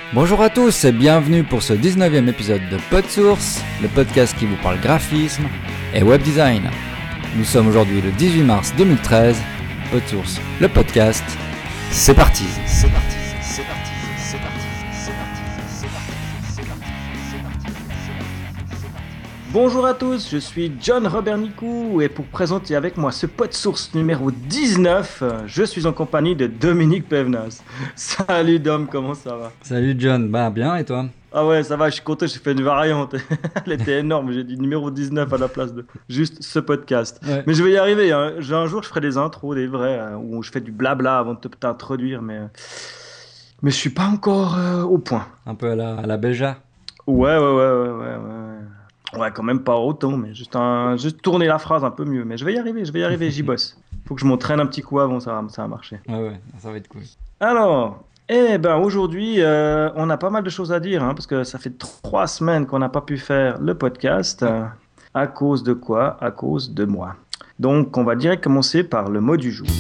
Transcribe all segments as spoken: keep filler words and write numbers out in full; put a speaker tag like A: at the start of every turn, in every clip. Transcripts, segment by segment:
A: Bonjour à tous et bienvenue pour ce dix-neuvième épisode de PodSource, le podcast qui vous parle graphisme et web design. Nous sommes aujourd'hui le dix-huit mars deux mille treize. PodSource, le podcast, c'est parti. C'est parti, c'est parti, c'est parti, c'est parti, c'est parti, c'est parti, c'est parti, c'est parti.
B: Bonjour à tous, je suis John Robert Nicou et pour présenter avec moi ce PodSource numéro dix-neuf, je suis en compagnie de Dominique Pévenaz. Salut Dom, comment ça va?
A: Salut John, bah bien et toi?
B: Ah ouais, ça va, je suis content, j'ai fait une variante. Elle était énorme, j'ai dit numéro dix-neuf à la place de juste ce podcast.
A: Ouais.
B: Mais je vais y arriver, hein. Un jour je ferai des intros, des vrais, euh, où je fais du blabla avant de te- t'introduire, mais, mais je suis pas encore euh, au point.
A: Un peu à la, à la Béja.
B: Ouais, ouais, ouais, ouais, ouais, ouais. Ouais, quand même pas autant, mais juste, un, juste tourner la phrase un peu mieux. Mais je vais y arriver, je vais y arriver, j'y bosse. Faut que je m'entraîne un petit coup avant, ça, va- ça va marcher.
A: Ouais, ouais, ça va être cool.
B: Alors, eh ben aujourd'hui, euh, on a pas mal de choses à dire, hein, parce que ça fait trois semaines qu'on n'a pas pu faire le podcast. euh, à cause de quoi? À cause de moi. Donc, on va direct commencer par le mot du jour.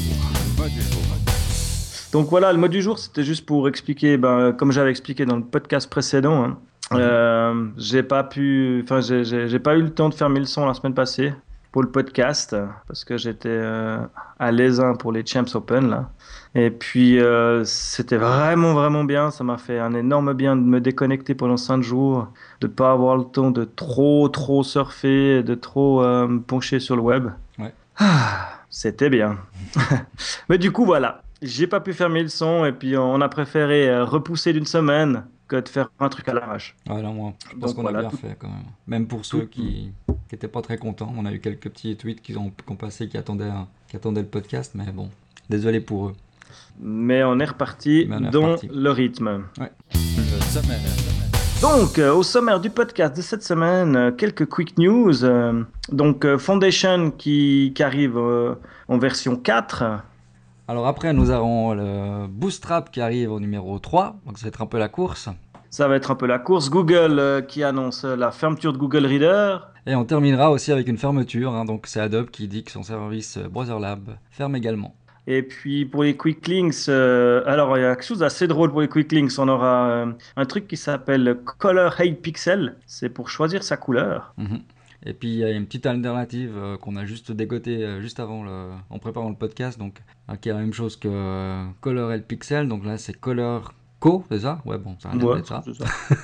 B: Donc voilà, le mot du jour, c'était juste pour expliquer, ben, comme j'avais expliqué dans le podcast précédent, hein, euh, j'ai pas pu, enfin, j'ai, j'ai, j'ai pas eu le temps de faire mes leçons la semaine passée pour le podcast euh, parce que j'étais euh, à l'Aisin pour les Champs Open là. Et puis euh, c'était vraiment vraiment bien. Ça m'a fait un énorme bien de me déconnecter pendant cinq jours, de pas avoir le temps de trop trop surfer, de trop euh, me pencher sur le web.
A: Ouais.
B: Ah, c'était bien. Mais du coup, voilà. J'ai pas pu faire mes leçons et puis on a préféré euh, repousser d'une semaine que de faire un truc à l'arrache.
A: Ouais, là, moi, je pense
B: Donc
A: qu'on
B: voilà,
A: a bien
B: tout-
A: fait quand même. Même pour ceux
B: tout-
A: qui qui étaient pas très contents. On a eu quelques petits tweets qui ont, qui ont passé, qui attendaient, un- qui attendaient le podcast, mais bon, désolé pour eux.
B: Mais on est reparti
A: Mais on est
B: dans
A: reparti.
B: le rythme.
A: Ouais. Le sommaire.
B: Donc, euh, au sommaire du podcast de cette semaine, euh, quelques quick news. Euh, donc, euh, Foundation qui, qui arrive euh, en version quatre.
A: Alors après, nous aurons le Bootstrap qui arrive au numéro trois, donc ça va être un peu la course.
B: Ça va être un peu la course. Google euh, qui annonce euh, la fermeture de Google Reader.
A: Et on terminera aussi avec une fermeture, hein, donc c'est Adobe qui dit que son service euh, Browser Lab ferme également.
B: Et puis pour les quick links, euh, alors il y a quelque chose d'assez drôle pour les quick links. On aura euh, un truc qui s'appelle Color Hate Pixel. C'est pour choisir sa couleur.
A: Mhm. Et puis il y a une petite alternative euh, qu'on a juste dégotée euh, juste avant le, en préparant le podcast, donc euh, qui est la même chose que euh, Color L Pixel, donc là c'est Color Co, c'est ça? Ouais, bon, ça a l'air
B: Ouais,
A: d'être ça.
B: c'est ça.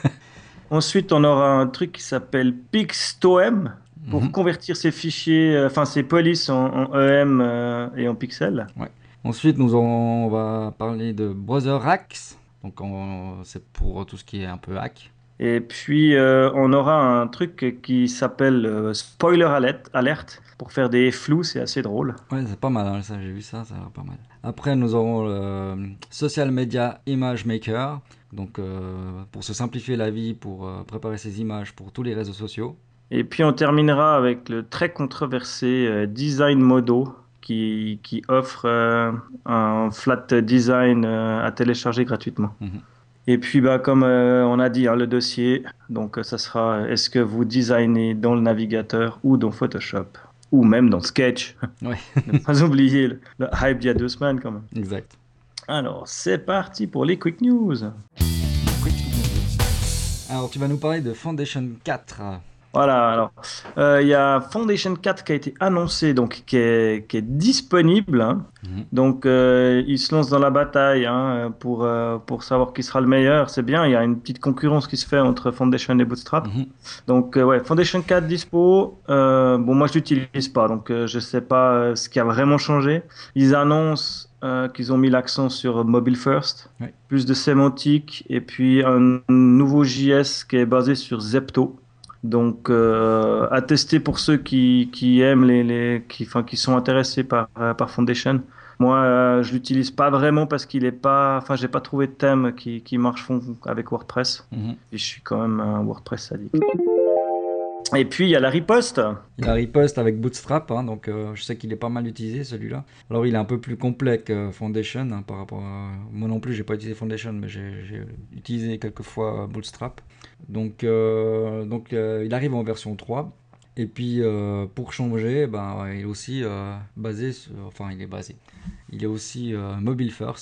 B: Ensuite, on aura un truc qui s'appelle Pixtoem pour
A: Mhm.
B: convertir ces fichiers, euh, enfin ces polices en, en E M euh, et en pixels.
A: Ouais. Ensuite, nous aurons- on va parler de Browser Hacks, donc on- c'est pour tout ce qui est un peu hack.
B: Et puis, euh, on aura un truc qui s'appelle euh, Spoiler Alert, alert pour faire des flous, c'est assez drôle.
A: Ouais, c'est pas mal, hein, ça, j'ai vu ça, ça a l'air pas mal. Après, nous aurons le Social Media Image Maker, donc euh, pour se simplifier la vie, pour euh, préparer ses images pour tous les réseaux sociaux.
B: Et puis, on terminera avec le très controversé euh, Design Modo qui, qui offre euh, un flat design euh, à télécharger gratuitement.
A: Mhm.
B: Et puis, bah, comme euh, on a dit, hein, le dossier, donc euh, ça sera euh, est-ce que vous designez dans le navigateur ou dans Photoshop ou même dans Sketch.
A: Ouais,
B: Ne pas oublier le, le hype d'il y a deux semaines quand même.
A: exact.
B: Alors, c'est parti pour les quick news.
A: Alors, tu vas nous parler de Foundation quatre.
B: Voilà, alors, euh, il y a Foundation quatre qui a été annoncé, donc qui est, qui est disponible, hein.
A: Mhm.
B: Donc, euh, il se lance dans la bataille hein, pour, euh, pour savoir qui sera le meilleur. C'est bien, il y a une petite concurrence qui se fait entre Foundation et Bootstrap.
A: Mhm.
B: Donc, euh, ouais, Foundation quatre dispo. Euh, bon, moi, je l'utilise pas, donc euh, je sais pas euh, ce qui a vraiment changé. Ils annoncent euh, qu'ils ont mis l'accent sur mobile first,
A: Ouais.
B: plus de sémantique, et puis un nouveau J S qui est basé sur Zepto. Donc, euh, à tester pour ceux qui, qui aiment les, les qui, enfin, qui sont intéressés par, euh, par Foundation. Moi, euh, je l'utilise pas vraiment parce qu'il est pas, enfin, j'ai pas trouvé de thème qui, qui marche fond avec WordPress.
A: Mhm.
B: Et je suis quand même un WordPress addict. Et puis, il y a la riposte.
A: Il a riposte avec Bootstrap, hein, donc euh, je sais qu'il est pas mal utilisé celui-là. Alors il est un peu plus complet que Foundation hein, par rapport à... Moi non plus, j'ai pas utilisé Foundation, mais j'ai j'ai utilisé quelques fois Bootstrap. Donc, euh, donc euh, il arrive en version trois. Et puis euh, pour changer, ben, il est aussi euh, basé sur... Enfin, il est basé. Il est aussi euh, mobile first.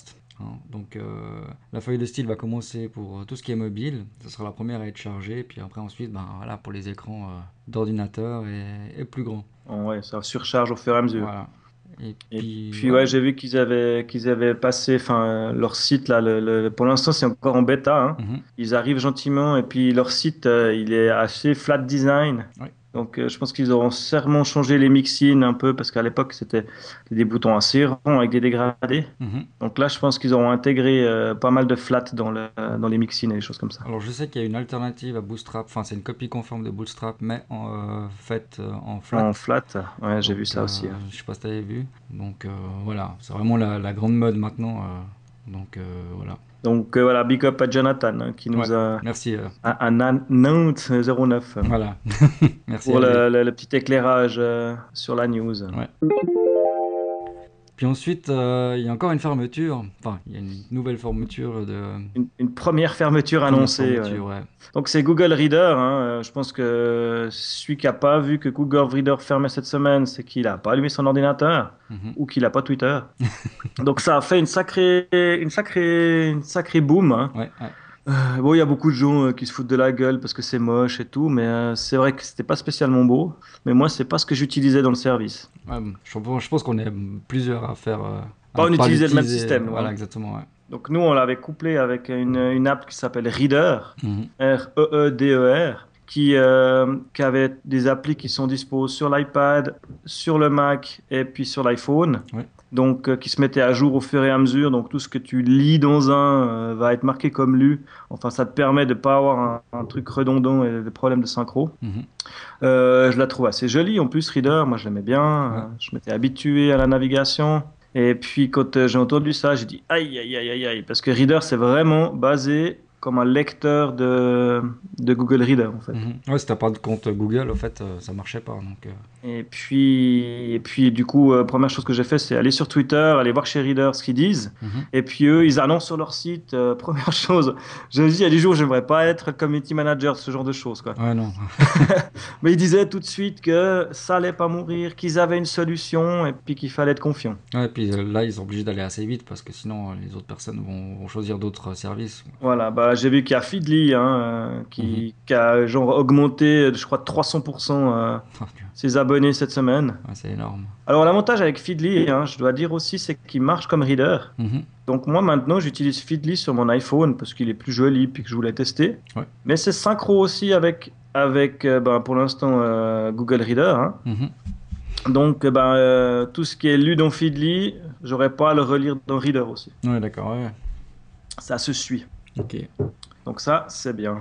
A: Hein. Donc euh, la feuille de style va commencer pour tout ce qui est mobile, ce sera la première à être chargée, puis après ensuite, ben, voilà, pour les écrans euh, d'ordinateur et, et plus grands.
B: Oh, ouais, ça surcharge au fur et à mesure.
A: Voilà. Et
B: Et
A: puis,
B: puis
A: ouais.
B: ouais, j'ai vu qu'ils avaient qu'ils avaient passé, enfin leur site là, le, le- pour l'instant c'est encore en bêta, hein.
A: Mhm.
B: Ils arrivent gentiment et puis leur site euh, il est assez flat design.
A: Ouais.
B: Donc euh, je pense qu'ils auront sûrement changé les mixins un peu parce qu'à l'époque c'était des boutons assez ronds avec des dégradés.
A: Mhm.
B: Donc là je pense qu'ils auront intégré euh, pas mal de flat dans le dans les mixins et des choses comme ça.
A: Alors je sais qu'il y a une alternative à Bootstrap, enfin c'est une copie conforme de Bootstrap, mais en, euh, faite euh, en flat.
B: En flat, ouais, j'ai vu
A: Donc,
B: ça
A: euh,
B: aussi. Ouais.
A: je sais pas si tu avais vu. Donc euh, voilà, c'est vraiment la, la grande mode maintenant. euh, donc euh, voilà.
B: Donc euh, voilà, big up à Jonathan hein, qui
A: Ouais,
B: nous a
A: merci. euh,
B: à, à Nan- Nantes zéro neuf euh,
A: voilà, merci
B: pour
A: à lui.
B: le, le- le petit éclairage euh, sur la news.
A: Ouais. Puis ensuite, euh, il y a encore une fermeture. Enfin, il y a une nouvelle fermeture de.
B: Une, une première fermeture
A: Première
B: annoncée. Ouais.
A: fermeture, ouais.
B: Donc c'est Google Reader. Hein. Euh, Je pense que celui qui n'a pas vu que Google Reader fermait cette semaine, c'est qu'il n'a pas allumé son ordinateur
A: Mhm.
B: ou qu'il n'a pas Twitter. Donc ça a fait une sacrée, une sacrée, une sacrée boom. Hein.
A: Ouais, ouais.
B: Euh, bon, il y a beaucoup de gens euh, qui se foutent de la gueule parce que c'est moche et tout, mais euh, c'est vrai que c'était pas spécialement beau. Mais moi, c'est pas ce que j'utilisais dans le service.
A: Ouais, bon, je, pense- je pense qu'on est plusieurs à faire. euh,
B: Pas
A: à
B: on utilisait le même
A: l'utiliser,
B: système, nous,
A: Voilà,
B: hein.
A: exactement. Ouais.
B: Donc nous, on l'avait couplé avec une, une app qui s'appelle Reader,
A: Mhm.
B: R E E D E R, qui, euh, qui avait des applis qui sont dispo sur l'iPad, sur le Mac et puis sur l'iPhone.
A: Ouais.
B: Donc, euh, qui se mettaient à jour au fur et à mesure. Donc, tout ce que tu lis dans un euh, va être marqué comme lu. Enfin, ça te permet de ne pas avoir un, un truc redondant et des problèmes de synchro.
A: Mhm.
B: Euh, je la trouve assez jolie. En plus, Reader, moi, je l'aimais bien.
A: Ouais.
B: Euh, je m'étais habitué à la navigation. Et puis, quand euh, j'ai entendu ça, j'ai dit aïe, aïe, aïe, aïe, aïe. Parce que Reader, c'est vraiment basé comme un lecteur de, de Google Reader, en fait.
A: Mhm. Ouais, si t'as pas de compte Google, au fait, euh, ça marchait pas. Donc, euh,
B: Et puis, et puis du coup, euh, première chose que j'ai fait, c'est aller sur Twitter, aller voir chez Reader ce qu'ils disent.
A: mhm.
B: Et puis eux, ils annoncent sur leur site, euh, première chose, je me dis, il y a des jours, j'aimerais pas être community manager, ce genre de choses, quoi.
A: Ouais, non.
B: Mais ils disaient tout de suite que ça allait pas mourir, qu'ils avaient une solution et puis qu'il fallait être confiant.
A: Ouais, puis euh, là, ils sont obligés d'aller assez vite parce que sinon, euh, les autres personnes vont, vont choisir d'autres euh, services.
B: Voilà, bah, j'ai vu qu'il y a Feedly hein, euh, qui, qui a genre augmenté, je crois, de trois cents pour cent euh, ses abonnés cette semaine.
A: Ouais, c'est énorme.
B: Alors l'avantage avec Feedly, hein, je dois dire aussi, c'est qu'il marche comme Reader.
A: Mhm.
B: Donc moi maintenant j'utilise Feedly sur mon iPhone parce qu'il est plus joli puis que je voulais tester.
A: Ouais.
B: Mais c'est synchro aussi avec, avec euh, ben, pour l'instant euh, Google Reader. Hein.
A: Mhm.
B: Donc euh, ben, euh, tout ce qui est lu dans Feedly, j'aurais pas à le relire dans Reader aussi.
A: Ouais, d'accord, ouais.
B: Ça se suit.
A: Ok.
B: Donc ça c'est bien.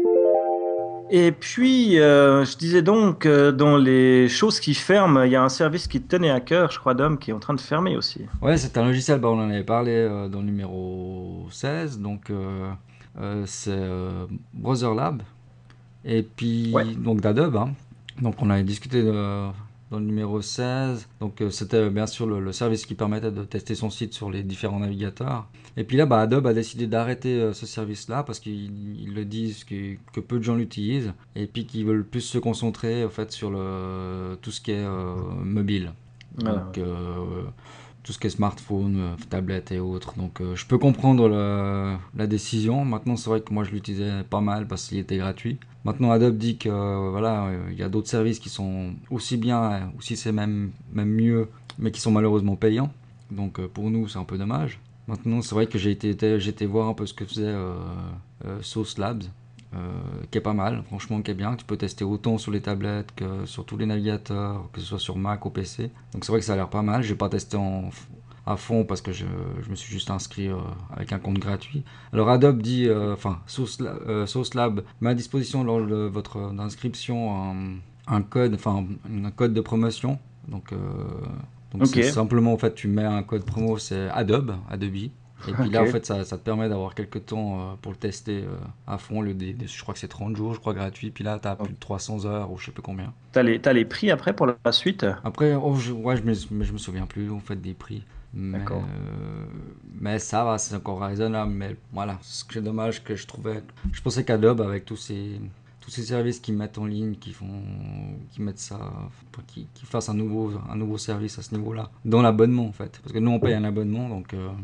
B: Et puis, euh, je disais donc, euh, dans les choses qui ferment, il y a un service qui tenait à cœur, je crois, Dom, qui est en train de fermer aussi.
A: Ouais, c'est un logiciel, bah, on en avait parlé euh, dans le numéro seize, donc euh, euh, c'est euh, Browser Lab, et puis
B: Ouais.
A: donc d'Adobe, hein. Donc on avait discuté de- dans le numéro seize, donc euh, c'était euh, bien sûr le, le service qui permettait de tester son site sur les différents navigateurs. Et puis là, bah, Adobe a décidé d'arrêter euh, ce service-là parce qu'ils ils le disent que, que peu de gens l'utilisent, et puis qu'ils veulent plus se concentrer en fait sur le, tout ce qui est euh, mobile.
B: Voilà.
A: Donc, euh, tout ce qui est smartphone, euh, tablette et autres. Donc, euh, je peux comprendre le- la décision. Maintenant, c'est vrai que moi, je l'utilisais pas mal parce qu'il était gratuit. Maintenant, Adobe dit que euh, voilà, euh, il y a d'autres services qui sont aussi bien, euh, ou si c'est même, même mieux, mais qui sont malheureusement payants. Donc, euh, pour nous, c'est un peu dommage. Maintenant, c'est vrai que j'ai été, été- j'ai été voir un peu ce que faisait euh, euh, Sauce Labs. Euh, qui est pas mal, franchement, qui est bien. Tu peux tester autant sur les tablettes que sur tous les navigateurs, que ce soit sur Mac ou P C. Donc c'est vrai que ça a l'air pas mal. J'ai pas testé en, à fond parce que je, je me suis juste inscrit euh, avec un compte gratuit. Alors Adobe dit, euh, enfin Sauce, La- euh, Sauce Lab met à disposition lors de votre inscription un, un code, enfin un code de promotion. Donc, euh, donc
B: Ok.
A: c'est simplement en fait tu mets un code promo, c'est Adobe, Adobe. Et puis là,
B: Ok.
A: en fait, ça, ça te permet d'avoir quelques temps euh, pour le tester euh, à fond. Le, des, des- je crois que c'est trente jours, je crois, gratuit. Puis là, tu as plus de trois cents heures ou je sais plus combien.
B: T'as les, t'as les prix après pour la suite?
A: Après, oh, je, ouais, je me, mais je me souviens plus en fait des prix. Mais,
B: D'accord.
A: euh, mais ça va, c'est encore raisonnable. Mais voilà, ce que c'est dommage que je trouvais. Je pensais qu'Adobe, avec tous ces, tous ces services qu'ils mettent en ligne, qui font, qui mettent ça, qui, qui fassent un nouveau, un nouveau service à ce niveau-là, dans l'abonnement en fait. Parce que nous, on paye un abonnement, donc. euh,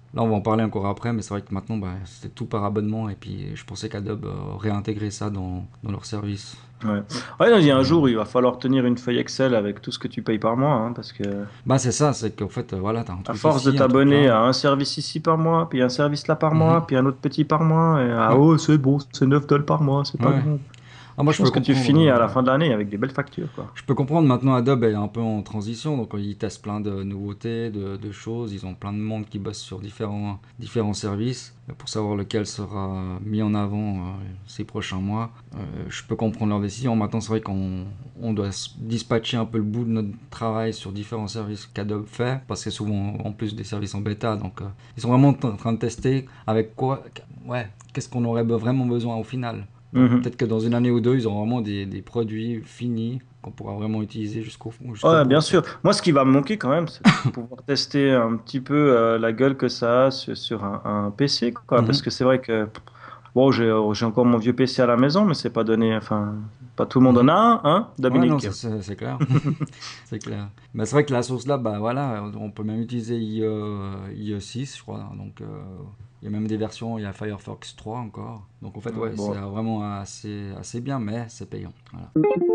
A: Là, on va en parler encore après, mais c'est vrai que maintenant, bah, c'était tout par abonnement. Et puis, je pensais qu'Adobe euh, aurait intégré ça dans, dans leur service.
B: Ouais. Ouais, non, il y a un jour, il va falloir tenir une feuille Excel avec tout ce que tu payes par mois, hein, parce que
A: Bah, c'est ça, c'est qu'en fait, euh, voilà, t'as un
B: à
A: truc
B: force de
A: ici, un truc
B: t'abonner
A: là.
B: à un service ici par mois, puis un service là par
A: Mhm.
B: mois, puis un autre petit par mois, et ah
A: Ouais,
B: oh, c'est bon, c'est neuf dollars par mois, c'est pas
A: ouais.
B: grave.
A: Ah, moi,
B: Je
A: je peux
B: pense que tu
A: comprendre.
B: finis à
A: euh,
B: la fin de l'année avec des belles factures, quoi.
A: Je peux comprendre maintenant Adobe est un peu en transition, donc euh, ils testent plein de nouveautés, de, de choses, ils ont plein de monde qui bosse sur différents, différents services euh, pour savoir lequel sera mis en avant euh, ces prochains mois. Euh, je peux comprendre leur décision. Maintenant, c'est vrai qu'on on doit s- dispatcher un peu le bout de notre travail sur différents services qu'Adobe fait, parce que c'est souvent en plus des services en bêta, donc euh, ils sont vraiment en train de tester avec quoi, ouais, qu'est-ce qu'on aurait be- vraiment besoin au final. Donc
B: Mhm.
A: peut-être que dans une année ou deux, ils auront vraiment des, des produits finis qu'on pourra vraiment utiliser jusqu'au jusqu'au
B: Ouais,
A: bout
B: bien
A: en
B: sûr.
A: fait.
B: Moi, ce qui va me manquer quand même, c'est de pouvoir tester un petit peu euh, la gueule que ça a sur, sur un, un P C, quoi. Parce
A: Mhm.
B: que c'est vrai que, bon, j'ai j'ai encore mon vieux P C à la maison, mais c'est pas donné, enfin, pas tout le monde en
A: Mhm.
B: a un, hein,
A: Ouais, non,
B: Dominique?
A: ça, c'est c'est clair. C'est clair. Mais c'est vrai que la sauce là, bah voilà, on peut même utiliser I E, I E six, je crois. Donc euh, il y a même des versions, il y a Firefox trois encore. Donc en fait,
B: Ouais,
A: ouais, c'est
B: bon.
A: vraiment assez, assez bien, mais c'est payant. Voilà.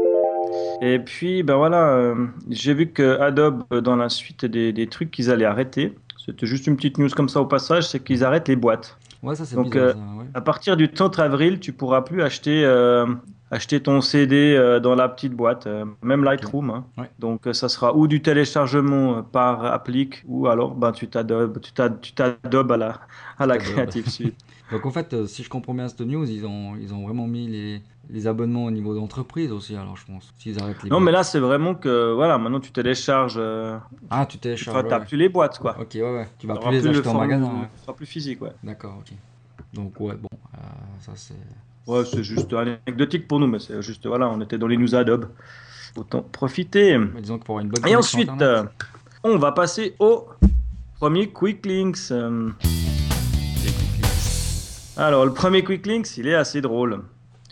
B: Et puis, ben voilà, euh, j'ai vu que Adobe, euh, dans la suite des, des trucs qu'ils allaient arrêter, c'était juste une petite news comme ça au passage, c'est qu'ils arrêtent les boîtes.
A: Ouais, ça c'est
B: Donc,
A: bizarre
B: euh,
A: ça, ouais.
B: à partir du trente avril, tu pourras plus acheter, euh, acheter ton C D euh, dans la petite boîte, euh, même
A: Ok.
B: Lightroom, hein.
A: Ouais.
B: Donc, euh, ça sera ou du téléchargement euh, par applique, ou alors ben, tu t'adobes, tu t'ad- tu t'adobes à la, à
A: Petit
B: la
A: Adobe.
B: Creative Suite.
A: Donc en fait, euh, si je comprends bien cette news, ils ont, ils ont vraiment mis les, les abonnements au niveau d'entreprise aussi, alors je pense, s'ils arrêtent les
B: Non, mais là,
A: boîtes.
B: c'est vraiment que, voilà, maintenant tu télécharges, euh,
A: Ah, tu télécharges,
B: enfin,
A: ouais,
B: t'as
A: ouais.
B: plus les boîtes, quoi.
A: Ok, ouais, ouais. Tu vas plus
B: T'auras
A: les
B: plus le
A: acheter en
B: forme,
A: magasin, ouais.
B: ce sera plus physique, ouais.
A: D'accord, ok. Donc ouais, bon, euh, ça c'est...
B: Ouais, c'est juste anecdotique pour nous, mais c'est juste, voilà, on était dans les news Adobe. Autant profiter.
A: Mais disons que pour avoir une bonne
B: Et
A: connexion
B: ensuite, euh,
A: Internet.
B: on va passer au premier Quick Links. Euh,
A: Les cookies.
B: Alors, le premier Quick Links, il est assez drôle.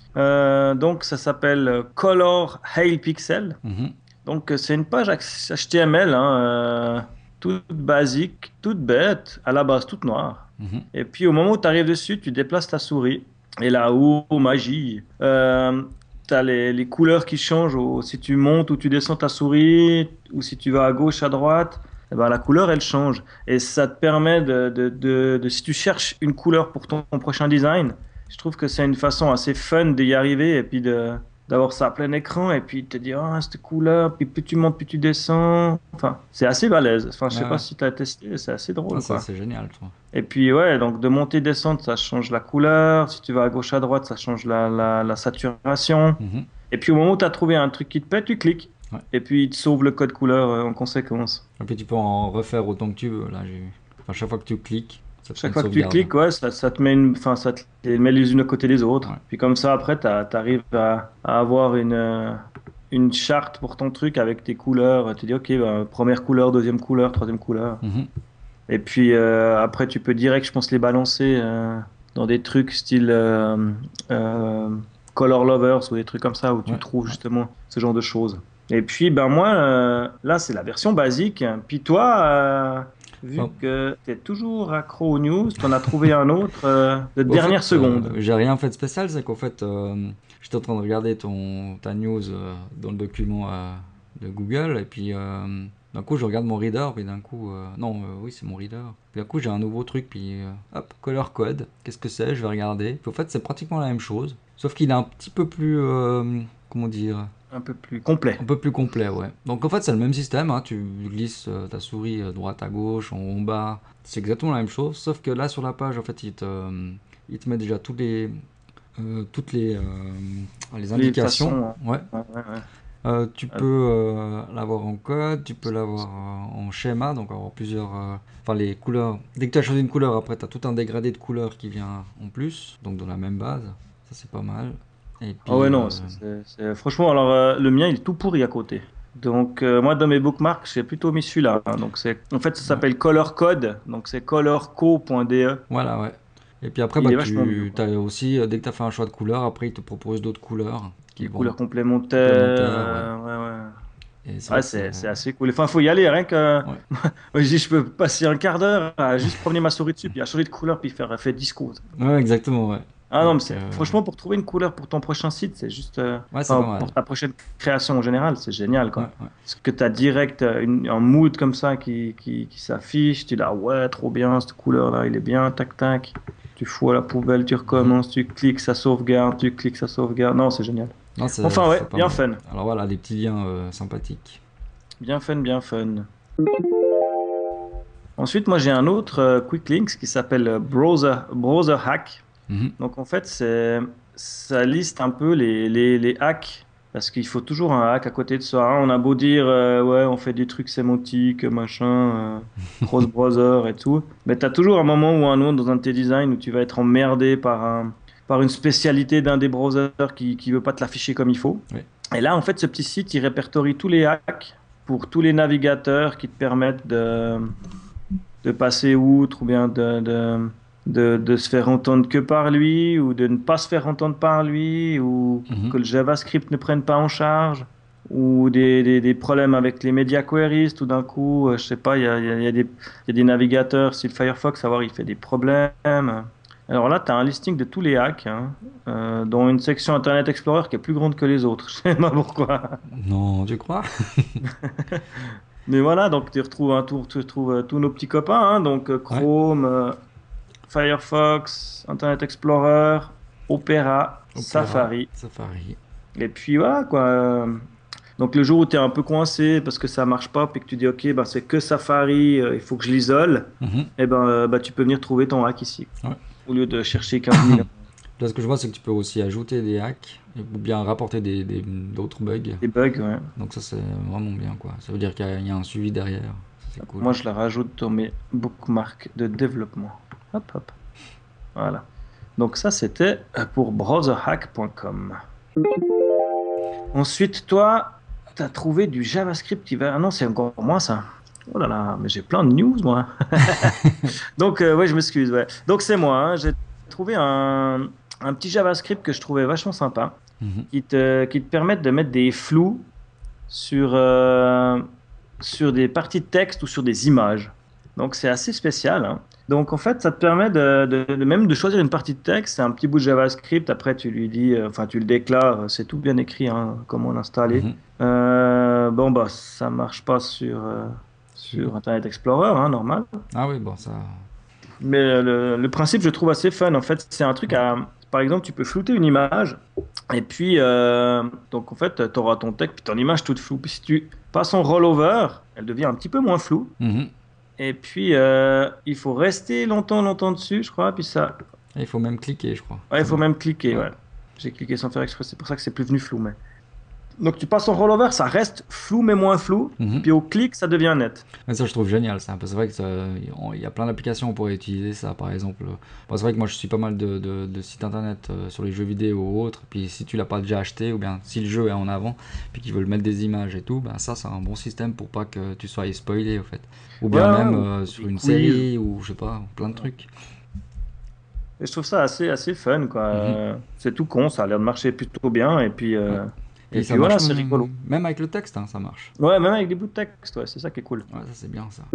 B: Euh, donc, ça s'appelle Color Hail Pixel.
A: Mhm,
B: Donc, euh, c'est une page H T M L, hein, euh, toute basique, toute bête, à la base toute noire.
A: mhm.
B: Et puis, au moment où tu arrives dessus, tu déplaces ta souris. Et là, oh, magie! Euh, tu as les, les couleurs qui changent au- si tu montes ou tu descends ta souris, ou si tu vas à gauche, à droite. Eh ben, la couleur, elle change. Et ça te permet de, de, de- de- si tu cherches une couleur pour ton, ton prochain design, je trouve que c'est une façon assez fun d'y arriver et puis de, d'avoir ça à plein écran et puis de te dire, ah, cette couleur, puis plus tu montes, plus tu descends. Enfin, c'est assez balèze. Enfin, je
A: Ouais,
B: sais pas
A: ouais.
B: si tu as testé, c'est assez
A: Ah,
B: drôle,
A: ça
B: quoi.
A: c'est génial, toi.
B: Et puis, ouais, donc de monter, descendre, ça change la couleur. Si tu vas à gauche, à droite, ça change la, la, la saturation.
A: Mhm.
B: Et puis, au moment où tu as trouvé un truc qui te plaît, tu cliques.
A: Ouais.
B: Et puis, il te sauve le code couleur euh, en conséquence.
A: Et puis tu peux en refaire autant que tu veux, là j'ai vu. Enfin, chaque fois que tu cliques, ça te fait
B: Chaque
A: une
B: fois que tu
A: sauvegarde.
B: cliques, ouais, ça, ça te met une, enfin, ça te les met les unes à côté des autres.
A: Ouais.
B: Puis comme ça, après, tu arrives à, à avoir une, euh, une charte pour ton truc avec tes couleurs. Tu dis, OK, bah, première couleur, deuxième couleur, troisième couleur.
A: Mhm.
B: Et puis euh, après, tu peux direct, je pense, les balancer euh, dans des trucs style euh, euh, Color Lovers ou des trucs comme ça où tu
A: Ouais.
B: trouves justement ce genre de choses. Et puis, ben moi, euh, là, c'est la version basique. Puis toi, euh, vu
A: Bon.
B: que tu es toujours accro aux news, tu en as trouvé un autre euh, de
A: Au
B: dernière
A: fait, euh,
B: seconde.
A: j'ai rien fait de spécial, c'est qu'en fait, euh, j'étais en train de regarder ton, ta news euh, dans le document euh, de Google, et puis euh, d'un coup, je regarde mon reader, puis d'un coup, euh, non, euh, oui, c'est mon reader. Puis d'un coup, j'ai un nouveau truc, puis euh, hop, color code. Qu'est-ce que c'est? Je vais regarder. Puis en fait, c'est pratiquement la même chose, sauf qu'il est un petit peu plus, euh, comment dire,
B: Un peu plus complet.
A: un peu plus complet, ouais. Donc en fait, c'est le même système, hein. Tu glisses euh, ta souris euh, droite à gauche, en haut, en bas. C'est exactement la même chose, sauf que là, sur la page, en fait, il te, euh, il te met déjà tous les, euh, toutes les, euh, les indications.
B: façons,
A: Ouais.
B: Ouais, ouais, ouais.
A: Euh, tu
B: Euh.
A: peux euh, l'avoir en code, tu peux l'avoir euh, en schéma, donc avoir plusieurs. euh, Enfin, les couleurs. Dès que tu as choisi une couleur, après, tu as tout un dégradé de couleurs qui vient en plus, donc dans la même base. Ça, c'est pas mal. Et puis,
B: Ah ouais, non,
A: euh,
B: c'est- c'est- c'est- franchement, alors euh, le mien, il est tout pourri à côté. Donc, euh, moi, dans mes bookmarks, j'ai plutôt mis celui-là, hein. Donc, c'est, en fait, ça s'appelle Color Code. Donc, c'est colorco point d e.
A: Voilà, ouais. Et puis après,
B: Il
A: bah,
B: est vachement
A: tu
B: bien, quoi.
A: as aussi, euh, dès que tu as fait un choix de couleur, après, il te propose d'autres couleurs qui
B: Les
A: vont
B: couleurs complémentaires.
A: complémentaires, ouais.
B: euh, ouais, ouais.
A: Et c'est vrai
B: Ouais,
A: que
B: c'est
A: c'est...
B: c'est assez cool. Enfin, faut y aller, rien que.
A: Ouais.
B: Moi, je dis, je peux passer un quart d'heure à juste promener ma souris dessus, puis à changer de couleur, puis faire fait dix cours.
A: Ouais, exactement, ouais.
B: Ah non, mais
A: Donc,
B: c'est
A: euh,
B: franchement pour trouver une couleur pour ton prochain site, c'est juste. euh,
A: ouais, c'est pas
B: Enfin, pour
A: mal.
B: ta prochaine création en général, c'est génial,
A: Ouais,
B: quoi.
A: ouais.
B: Parce que tu as direct euh, une- un mood comme ça qui, qui, qui s'affiche. Tu dis, ah ouais, trop bien, cette couleur-là, il est bien, tac, tac. Tu fous à la poubelle, tu
A: Mhm.
B: recommences, tu cliques, ça sauvegarde, tu cliques, ça sauvegarde. Non, c'est génial.
A: Non, c'est
B: Enfin, ouais,
A: c'est pas
B: bien
A: mal.
B: fun.
A: Alors voilà, des petits liens euh, sympathiques.
B: Bien fun, bien fun. Ensuite, moi, j'ai un autre euh, Quick Links qui s'appelle euh, Browser, Browser Hack.
A: Mhm.
B: Donc, en fait, c'est, ça liste un peu les, les, les hacks. Parce qu'il faut toujours un hack à côté de ça, hein. On a beau dire, euh, ouais, on fait des trucs sémantiques, machin, euh, cross-browser et tout. Mais tu as toujours un moment ou un autre dans un de tes designs où tu vas être emmerdé par un, par une spécialité d'un des browsers qui qui veut pas te l'afficher comme il faut.
A: Ouais.
B: Et là, en fait, ce petit site, il répertorie tous les hacks pour tous les navigateurs qui te permettent de, de passer outre ou bien de, de, de, de se faire entendre que par lui ou de ne pas se faire entendre par lui ou
A: Mhm.
B: que le JavaScript ne prenne pas en charge ou des, des, des problèmes avec les media queries. Tout d'un coup, euh, je sais pas, il y a, il y a, il y a des, il y a des navigateurs, si le Firefox, savoir, il fait des problèmes. Alors là, tu as un listing de tous les hacks, hein, euh, dont une section Internet Explorer qui est plus grande que les autres. Je sais pas pourquoi.
A: Non, tu crois?
B: Mais voilà, donc tu retrouves, un tour, tu retrouves euh, tous nos petits copains, hein, donc euh,
A: Ouais.
B: Chrome, euh, Firefox, Internet Explorer, Opera,
A: Opera,
B: Safari.
A: Safari.
B: Et puis voilà, quoi. euh, Donc le jour où tu es un peu coincé parce que ça marche pas, puis que tu dis, OK, ben, c'est que Safari, euh, il faut que je l'isole,
A: Mhm.
B: et ben, euh, bah, tu peux venir trouver ton hack ici,
A: Ouais.
B: au lieu de chercher quinze mille
A: Là, ce que je vois, c'est que tu peux aussi ajouter des hacks ou bien rapporter des, des- d'autres bugs.
B: des bugs. Ouais.
A: Donc ça, c'est vraiment bien, quoi. Ça veut dire qu'il y a, il y a un suivi derrière. Ça, c'est cool.
B: Moi, je la rajoute dans mes bookmarks de développement. Hop, hop. Voilà. Donc ça, c'était euh, pour browser hack point com. Ensuite, toi, tu as trouvé du JavaScript qui va... Ah non, c'est encore moi, ça. Oh là là, mais j'ai plein de news, moi. Donc, euh, ouais, je m'excuse, ouais. Donc, c'est moi, hein. J'ai trouvé un, un petit JavaScript que je trouvais vachement sympa,
A: Mhm.
B: qui te, qui te permettent de mettre des flous sur, euh, sur des parties de texte ou sur des images. Donc, c'est assez spécial, hein. Donc, en fait, ça te permet de, de- de même de choisir une partie de texte. C'est un petit bout de JavaScript. Après, tu lui dis, euh, enfin, tu le déclares. C'est tout bien écrit, hein, comment l'installer.
A: Mhm.
B: Euh, bon, bah, ça marche pas sur, euh, sur Internet Explorer, hein, normal.
A: Ah oui, bon, ça...
B: Mais le, le principe, je trouve assez fun. En fait, c'est un truc à. Par exemple, tu peux flouter une image. Et puis, euh, donc, en fait, tu auras ton texte, puis ton image toute floue. Puis, si tu passes en rollover, elle devient un petit peu moins floue.
A: Mhm.
B: Et puis, euh, il faut rester longtemps, longtemps dessus, je crois. Puis ça.
A: Et il faut même cliquer, je crois.
B: Ouais, il faut même cliquer,
A: Ouais.
B: ouais. J'ai cliqué sans faire exprès, c'est pour ça que c'est plus venu flou. Mais... Donc, tu passes en rollover, ça reste flou, mais moins flou.
A: Mhm.
B: Puis, au clic, ça devient net.
A: Mais ça, je trouve génial, ça. Parce que c'est vrai que ça- on- il y a plein d'applications où on pourrait utiliser ça, par exemple. Bon, c'est vrai que moi, je suis pas mal de, de- de sites internet euh, sur les jeux vidéo ou autres. Puis si tu l'as pas déjà acheté, ou bien si le jeu est en avant, puis qu'ils veulent mettre des images et tout, ben ça, c'est un bon système pour pas que tu sois spoilé, au fait. Ou bien
B: Ouais,
A: même
B: ouais, ou
A: euh,
B: des
A: sur une
B: quiz.
A: série, ou je sais pas, plein de trucs.
B: Et je trouve ça assez, assez fun, quoi.
A: Mhm.
B: Euh, C'est tout con, ça a l'air de marcher plutôt bien. Et puis,
A: Ouais.
B: euh, et
A: Et ça
B: puis
A: marche
B: voilà, c'est
A: même,
B: rigolo.
A: même avec le texte, hein, ça marche.
B: Ouais, même avec des bouts de texte, ouais, c'est ça qui est cool.
A: Ouais, ça c'est bien ça.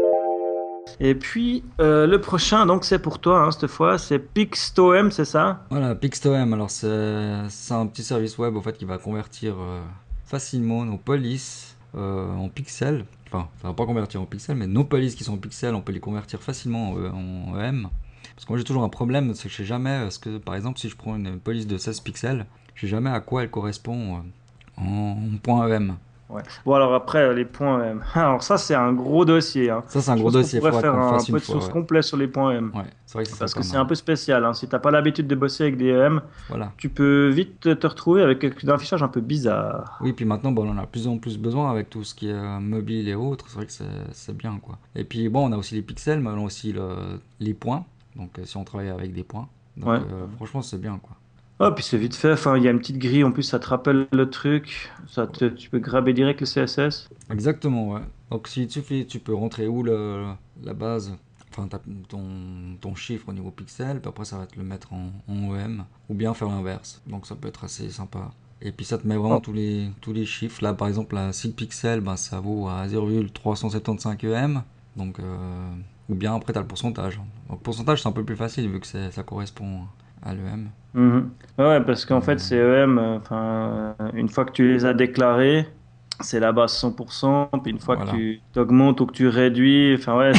B: Et puis, euh, le prochain, donc, c'est pour toi, hein, cette fois, c'est Pixtoem, c'est ça?
A: Voilà, Pixtoem, alors c'est c'est un petit service web au fait qui va convertir euh, facilement nos polices euh, en pixels. Enfin, ça va pas convertir en pixels, mais nos polices qui sont en pixels, on peut les convertir facilement en, E- en E M. Parce que moi j'ai toujours un problème, c'est que je sais jamais, euh, ce que par exemple si je prends une police de seize pixels, je sais jamais à quoi elle correspond euh, en, en point E M.
B: Ouais. Bon, alors après, euh, les points M. Alors ça, c'est un gros dossier, hein.
A: Ça c'est un
B: Je
A: gros
B: pense qu'on
A: dossier, il
B: pourrait
A: faudra
B: faire
A: qu'on le
B: un
A: fasse une
B: peu de
A: fois.
B: source
A: Ouais,
B: complet sur les points M.
A: ouais c'est vrai que ça serait
B: Parce
A: pas
B: que c'est
A: mal.
B: un peu spécial, hein. Si t'as pas l'habitude de bosser avec des M,
A: Voilà.
B: tu peux vite te te retrouver avec un affichage un peu bizarre.
A: Oui, puis maintenant, bon, on en a de plus en plus besoin avec tout ce qui est euh, mobile et autres. C'est vrai que c'est c'est bien, quoi. Et puis, bon, on a aussi les pixels, mais on a aussi le- les points. Donc, euh, si on travaille avec des points. Donc,
B: Ouais.
A: euh, franchement, c'est bien, quoi.
B: Oh, puis c'est vite fait. Enfin, il y a une petite grille. En plus, ça te rappelle le truc. Ça te- tu peux graber direct le C S S.
A: Exactement, ouais. Donc, s'il te suffit, tu peux rentrer où le, la base, enfin, ta- ton, ton chiffre au niveau pixel, puis après, ça va te le mettre en, en E M, ou bien faire l'inverse. Donc, ça peut être assez sympa. Et puis ça te met vraiment
B: Oh.
A: tous les, tous les chiffres. Là, par exemple, la six pixels, ben, ça vaut à zéro virgule trois cent soixante-quinze E M. Donc, euh, ou bien après, tu as le pourcentage. Donc, pourcentage, c'est un peu plus facile vu que c'est- ça correspond à l'E M.
B: Mhm. Ouais, parce qu'en fait,
A: Mais,
B: ces E M, euh, enfin, euh, une fois que tu les as déclarés, c'est la base cent pour cent. Puis une fois que
A: voilà.
B: tu augmentes ou que tu réduis, enfin, ouais,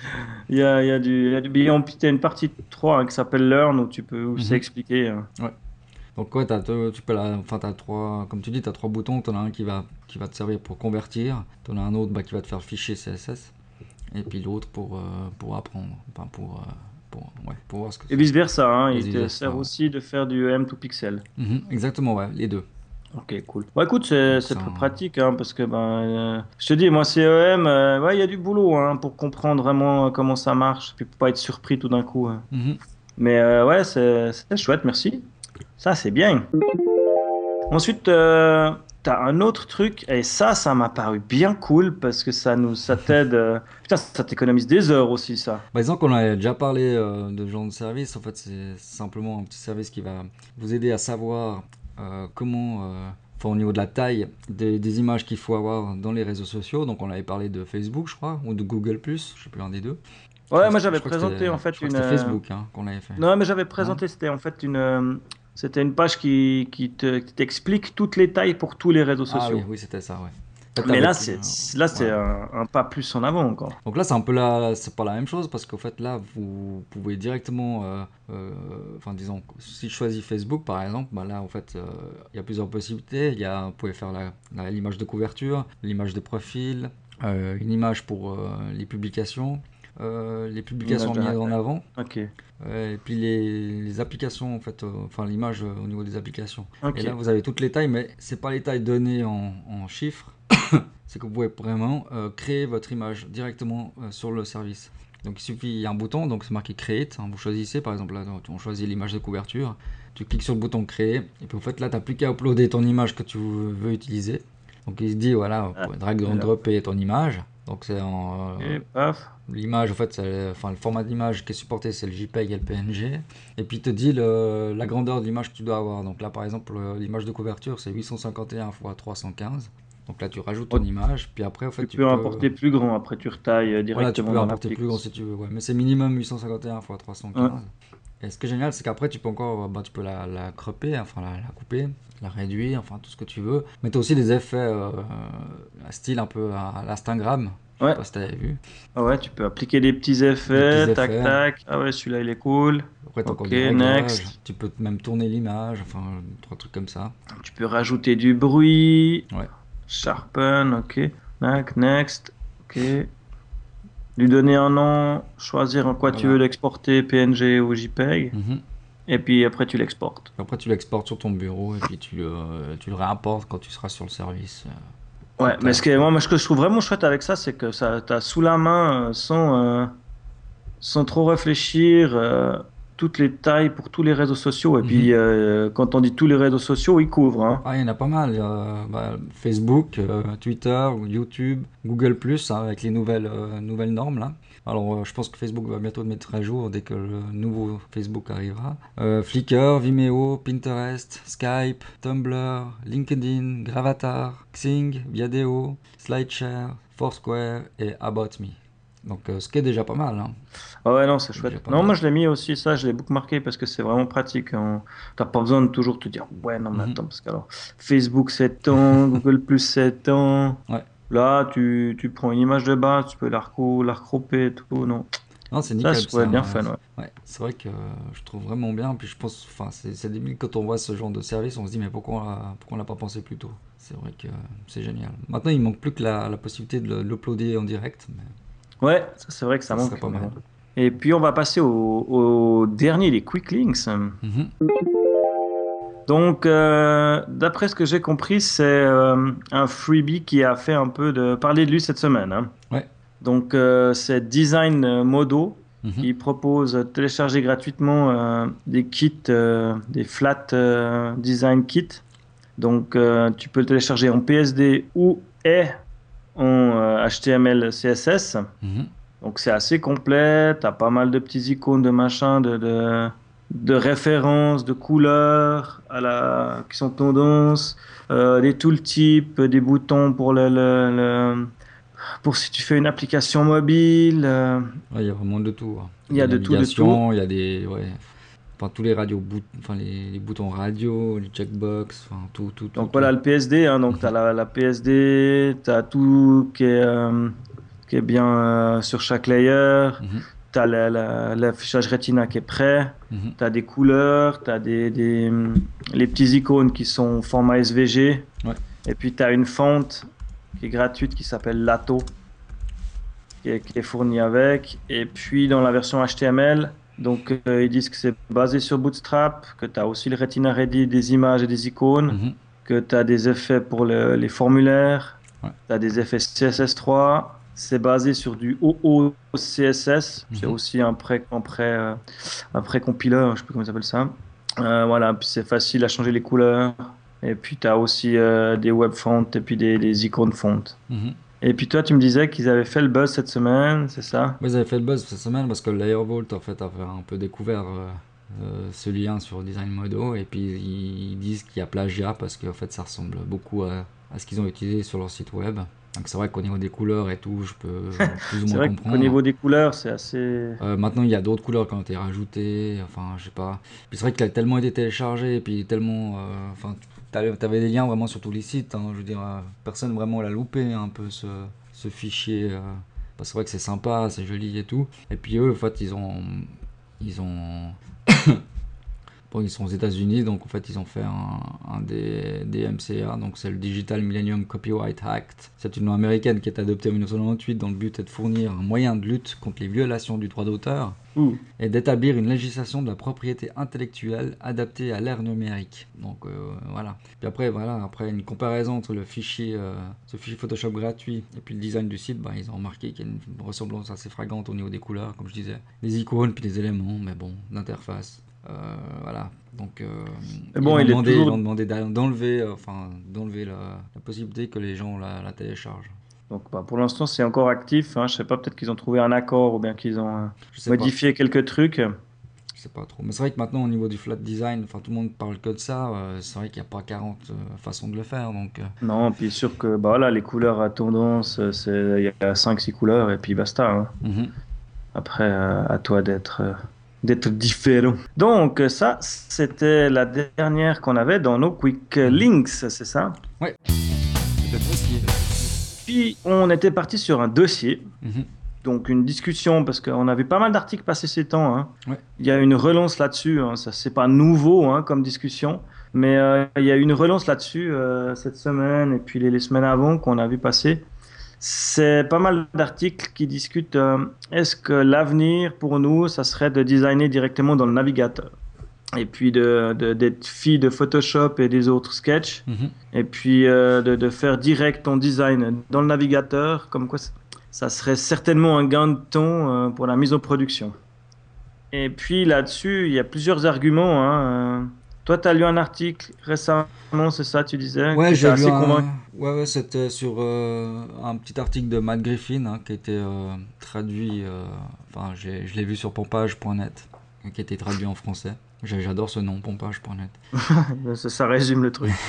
B: il y a, il y a du, il y a du bilan. Puis tu as une partie trois hein, qui s'appelle Learn où tu peux, où c'est
A: Mhm.
B: expliqué. Hein.
A: Ouais. Donc, ouais, t'as deux- tu peux la, enfin, t'as trois, comme tu dis, tu as trois boutons. Tu en as un qui va, qui va te servir pour convertir. Tu en as un autre bah, qui va te faire le fichier C S S. Et puis l'autre pour, euh, pour apprendre. Enfin, pour, euh, pour, ouais, pour voir ce que
B: Et
A: c'est.
B: vice-versa, hein,
A: Et
B: il te
A: vice-versa,
B: sert
A: ouais.
B: aussi de faire du E M to pixel.
A: Mhm, exactement, ouais, les deux.
B: Ok, cool. Bah écoute, c'est
A: Donc
B: c'est
A: ça.
B: très pratique, hein, parce que ben, euh, je te dis, moi, C E M, euh, ouais, il y a du boulot hein, pour comprendre vraiment euh, comment ça marche, puis pour pas être surpris tout d'un coup. Hein.
A: Mhm.
B: Mais euh, ouais, c'est c'est chouette, merci. Ça, c'est bien. Ensuite, euh, t'as un autre truc, et ça, ça m'a paru bien cool, parce que ça nous, ça t'aide. euh, Putain, ça t'économise des heures aussi, ça.
A: Par exemple, on a déjà parlé euh, de ce genre de service. En fait, c'est simplement un petit service qui va vous aider à savoir euh, comment, euh, enfin, au niveau de la taille des, des images qu'il faut avoir dans les réseaux sociaux. Donc, on avait parlé de Facebook, je crois, ou de Google plus, je sais plus l'un des deux. Je crois
B: Ouais,
A: que
B: moi,
A: c'était, je
B: j'avais
A: crois que c'était,
B: présenté, en
A: je
B: fait,
A: crois que
B: une.
A: c'était
B: euh,
A: Facebook hein, qu'on avait fait.
B: Non, mais j'avais
A: Non?
B: présenté, c'était en fait une. euh, C'était une page qui, qui te, qui t'explique toutes les tailles pour tous les réseaux
A: Ah oui,
B: sociaux.
A: oui, c'était ça, ouais. En fait,
B: Mais là,
A: avec,
B: c'est
A: euh,
B: là, c'est
A: voilà.
B: un, un pas plus en avant encore.
A: Donc là, c'est un peu la, c'est pas la même chose parce qu'en fait là, vous pouvez directement, euh, euh, enfin disons, si je choisis Facebook par exemple, bah là en fait, euh, il y a plusieurs possibilités. Il y a, vous pouvez faire la- la- l'image de couverture, l'image de profil, euh, une image pour euh, les publications, euh, les
B: Une image
A: publications
B: de
A: mises en
B: highlight.
A: avant,
B: Ok,
A: euh, et puis les, les applications en fait, euh, enfin l'image euh, au niveau des applications. Et là,
B: ok.
A: vous avez toutes les tailles, mais c'est pas les tailles données en, en chiffres. C'est que vous pouvez vraiment euh, créer votre image directement euh, sur le service. Donc il suffit, il y a un bouton, donc c'est marqué Create, hein, vous choisissez, par exemple là, on choisit l'image de couverture, tu cliques sur le bouton Créer, et puis en fait là, tu n'as plus qu'à uploader ton image que tu veux utiliser. Donc il se dit, voilà, vous
B: Ah,
A: pouvez drag and
B: alors,
A: dropper ton image. Donc c'est en... euh,
B: ok, paf.
A: l'image, en fait, c'est- enfin, le format d'image qui est supporté, c'est le JPEG et le P N G. Et puis il te dit le- la grandeur de l'image que tu dois avoir. Donc là, par exemple, euh, l'image de couverture, c'est huit cent cinquante et un par trois cent quinze. Donc là, tu rajoutes ton
B: Oh,
A: image, puis après, en fait,
B: tu
A: tu
B: peux
A: peux.
B: importer plus grand, après tu retailles euh,
A: Voilà, tu
B: directement
A: peux
B: dans
A: importer
B: l'appli.
A: plus grand si tu veux, ouais. Mais c'est minimum huit cent cinquante et un par
B: Ouais.
A: trois cent quinze. Et ce qui est génial, c'est qu'après, tu peux encore, bah, tu peux la, la crupper, enfin la, la couper, la réduire, enfin tout ce que tu veux. Mais tu as aussi des effets, euh, style un peu à, à l'Instagram. Je sais
B: Ouais.
A: pas si tu avais vu.
B: Ah ouais, tu peux appliquer des petits
A: Des petits
B: effets, tac
A: effets.
B: tac. Ah ouais, celui-là il est cool.
A: Après, tu as encore
B: Ok,
A: des réglages.
B: next.
A: Tu peux même tourner l'image, enfin, trois trucs comme ça.
B: Tu peux rajouter du bruit.
A: Ouais.
B: Sharpen, ok. Tac, next. Ok. Lui donner un nom, choisir en quoi tu veux
A: Voilà.
B: l'exporter, P N G ou JPEG.
A: Mhm.
B: Et puis après tu l'exportes.
A: Après, tu l'exportes sur ton bureau et puis tu le, tu le réimportes quand tu seras sur le service. euh,
B: Ouais,
A: Sur
B: mais ce
A: ta...
B: que, moi, moi, ce que je trouve vraiment chouette avec ça, c'est que ça t'as sous la main, euh, sans, euh, sans trop réfléchir, euh, toutes les tailles pour tous les réseaux sociaux. Et
A: Mhm.
B: puis, euh, quand on dit tous les réseaux sociaux, ils couvrent. Hein.
A: Ah, il y en a pas mal. Il y a, bah, Facebook, euh, Twitter, YouTube, Google plus, hein, avec les nouvelles, euh, nouvelles normes là. Alors, euh, je pense que Facebook va bientôt le mettre à jour dès que le nouveau Facebook arrivera. Euh, Flickr, Vimeo, Pinterest, Skype, Tumblr, LinkedIn, Gravatar, Xing, Viadeo, SlideShare, Foursquare et About Me. Donc, euh, ce qui est déjà pas mal. Hein.
B: Ah ouais, non, c'est
A: C'est déjà
B: chouette.
A: pas
B: Non,
A: mal.
B: moi, je l'ai mis aussi, ça, je l'ai bookmarké parce que c'est vraiment pratique. Hein. T'as pas besoin de toujours te dire, ouais, non, mais
A: Mhm.
B: attends, parce que alors, Facebook, c'est temps, Google Plus, c'est temps.
A: Ouais.
B: Là, tu, tu prends une image de base, tu peux la, recou- la recropper et tout. Non,
A: Non, c'est
B: ça,
A: nickel
B: je trouvais
A: ça.
B: bien
A: Ouais,
B: fun, ouais.
A: ouais. C'est vrai que euh, je trouve vraiment bien. Puis je pense, enfin, c'est c'est débile quand on voit ce genre de service, on se dit mais pourquoi on l'a, pourquoi on l'a pas pensé plus tôt? C'est vrai que euh, c'est génial. Maintenant, il manque plus que la, la possibilité de le- l'uploader en direct, mais
B: Ouais, ça, c'est vrai que ça
A: ça serait
B: manque.
A: pas
B: Mais
A: mal.
B: bon. Et puis, on va passer au, au dernier, les quick links.
A: Mhm.
B: Donc, euh, d'après ce que j'ai compris, c'est euh, un freebie qui a fait un peu de parler de lui cette semaine. Hein.
A: Ouais.
B: Donc, euh, c'est Design Modo
A: Mhm.
B: qui propose de télécharger gratuitement euh, des kits, euh, des flat euh, design kits. Donc, euh, tu peux le télécharger en P S D ou et en euh, H T M L, C S S.
A: Mhm.
B: Donc, c'est assez complet. Tu as pas mal de petits icônes de machin, de, de, de références, de couleurs à la, qui sont tendances, euh, des tooltips, des boutons pour le, le- le- pour si tu fais une application mobile. euh,
A: Ouais, il y a vraiment de tout, hein.
B: Il y
A: Des
B: a de tout, de tout.
A: navigations, il y a des, ouais, enfin tous les radios, bout- enfin les, les boutons radio, les checkbox, enfin tout, tout, tout,
B: Donc
A: tout.
B: voilà le P S D, hein, donc tu as
A: Mhm.
B: la, la P S D, tu as tout qui est, euh, qui est bien euh, sur chaque layer,
A: Mhm.
B: tu as l'affichage Retina qui est prêt,
A: Mhm.
B: tu as des couleurs, tu as des, des, hum, les petits icônes qui sont format S V G,
A: Ouais.
B: et puis tu as une fonte qui est gratuite qui s'appelle Lato, qui est, qui est fournie avec, et puis dans la version H T M L, donc euh, ils disent que c'est basé sur Bootstrap, que tu as aussi le Retina Ready, des images et des icônes,
A: Mhm.
B: que tu as des effets pour le- les formulaires,
A: Ouais.
B: tu as des effets C S S trois, c'est basé sur du O O C S S, c'est
A: Mhm.
B: aussi un pré, un pré, euh, un pré-compileur, je sais plus comment ça s'appelle ça. Euh, voilà, puis c'est facile à changer les couleurs, et puis tu as aussi euh, des web fonts et puis des, des icônes fontes.
A: Mhm.
B: Et puis toi, tu me disais qu'ils avaient fait le buzz cette semaine, c'est ça?
A: Ouais, ils avaient fait le buzz cette semaine parce que Layervault en fait a fait un peu découvert euh, euh, ce lien sur Design Modo et puis ils disent qu'il y a plagiat parce qu'en fait ça ressemble beaucoup à, à ce qu'ils ont utilisé sur leur site web. Donc c'est vrai qu'au niveau des couleurs et tout, je peux plus ou
B: C'est
A: moins
B: vrai qu'au
A: comprendre.
B: niveau des couleurs, c'est assez...
A: Euh, maintenant il y a d'autres couleurs qui ont été rajoutées, enfin je sais pas. Puis c'est vrai qu'il a tellement été téléchargé et puis tellement, euh, enfin t'avais t'avais des liens vraiment sur tous les sites. Hein, je veux dire, euh, personne vraiment l'a loupé un peu ce, ce fichier. Euh, parce que c'est vrai que c'est sympa, c'est joli et tout. Et puis eux, en fait, ils ont, ils ont, bon, ils sont aux États-Unis, donc en fait, ils ont fait un, un des, des M C A, donc c'est le Digital Millennium Copyright Act. C'est une loi américaine qui est adoptée en dix-neuf cent quatre-vingt-dix-huit dont le but est de fournir un moyen de lutte contre les violations du droit d'auteur
B: Ouh.
A: et d'établir une législation de la propriété intellectuelle adaptée à l'ère numérique. Donc euh, voilà. Puis après, voilà, après une comparaison entre le fichier, euh, ce fichier Photoshop gratuit et puis le design du site, bah, ils ont remarqué qu'il y a une ressemblance assez flagrante au niveau des couleurs, comme je disais, des icônes puis des éléments, mais bon, d'interface. Euh, voilà. Donc euh,
B: Mais
A: ils
B: bon,
A: ont
B: il est
A: demandé, ils
B: toujours...
A: ont demandé d'a- d'enlever, euh, enfin d'enlever la, la possibilité que les gens la, la téléchargent.
B: Donc, bah, pour l'instant, c'est encore actif. Hein. Je sais pas, peut-être qu'ils ont trouvé un accord ou bien qu'ils ont euh,
A: Je sais pas.
B: modifié quelques trucs.
A: Je sais pas trop. Mais c'est vrai que maintenant, au niveau du flat design, enfin tout le monde parle que de ça. Euh, c'est vrai qu'il n'y a pas quarante euh, façons de le faire. Donc, euh,
B: Non, puis sûr que bah, voilà, les couleurs à tendance, euh, c'est... il y a cinq six couleurs et puis basta. Hein.
A: mhm.
B: Après, euh, à toi d'être euh, d'être différent. Donc, euh, ça, c'était la dernière qu'on avait dans nos quick
A: Mhm.
B: links, c'est ça?
A: Ouais. Peut-être aussi.
B: Puis, on était parti sur un dossier.
A: Mhm.
B: Donc une discussion, parce qu'on a vu pas mal d'articles passer ces temps. Hein.
A: Ouais.
B: Il y a une relance là-dessus. Hein. Ça, c'est pas nouveau hein, comme discussion, mais euh, il y a une relance là-dessus euh, cette semaine et puis les, les semaines avant qu'on a vu passer. C'est pas mal d'articles qui discutent euh, est-ce que l'avenir pour nous, ça serait de designer directement dans le navigateur et puis de, de- d'être fille de Photoshop et des autres sketchs
A: Mhm.
B: et puis euh, de, de faire direct ton design dans le navigateur, comme quoi ça serait certainement un gain de temps euh, pour la mise en production. Et puis là-dessus, il y a plusieurs arguments. Hein. Euh, Toi, tu as lu un article récemment, c'est ça, tu disais,
A: Ouais,
B: qui t'a
A: j'ai lu
B: assez convaincu.
A: un. Ouais, ouais, c'était sur euh, un petit article de Matt Griffin hein, qui a été euh, traduit. euh, Enfin, j'ai- je l'ai vu sur pompage point net, qui a été traduit en français. J'ai- J'adore ce nom, pompage point net.
B: Ça, ça résume le truc.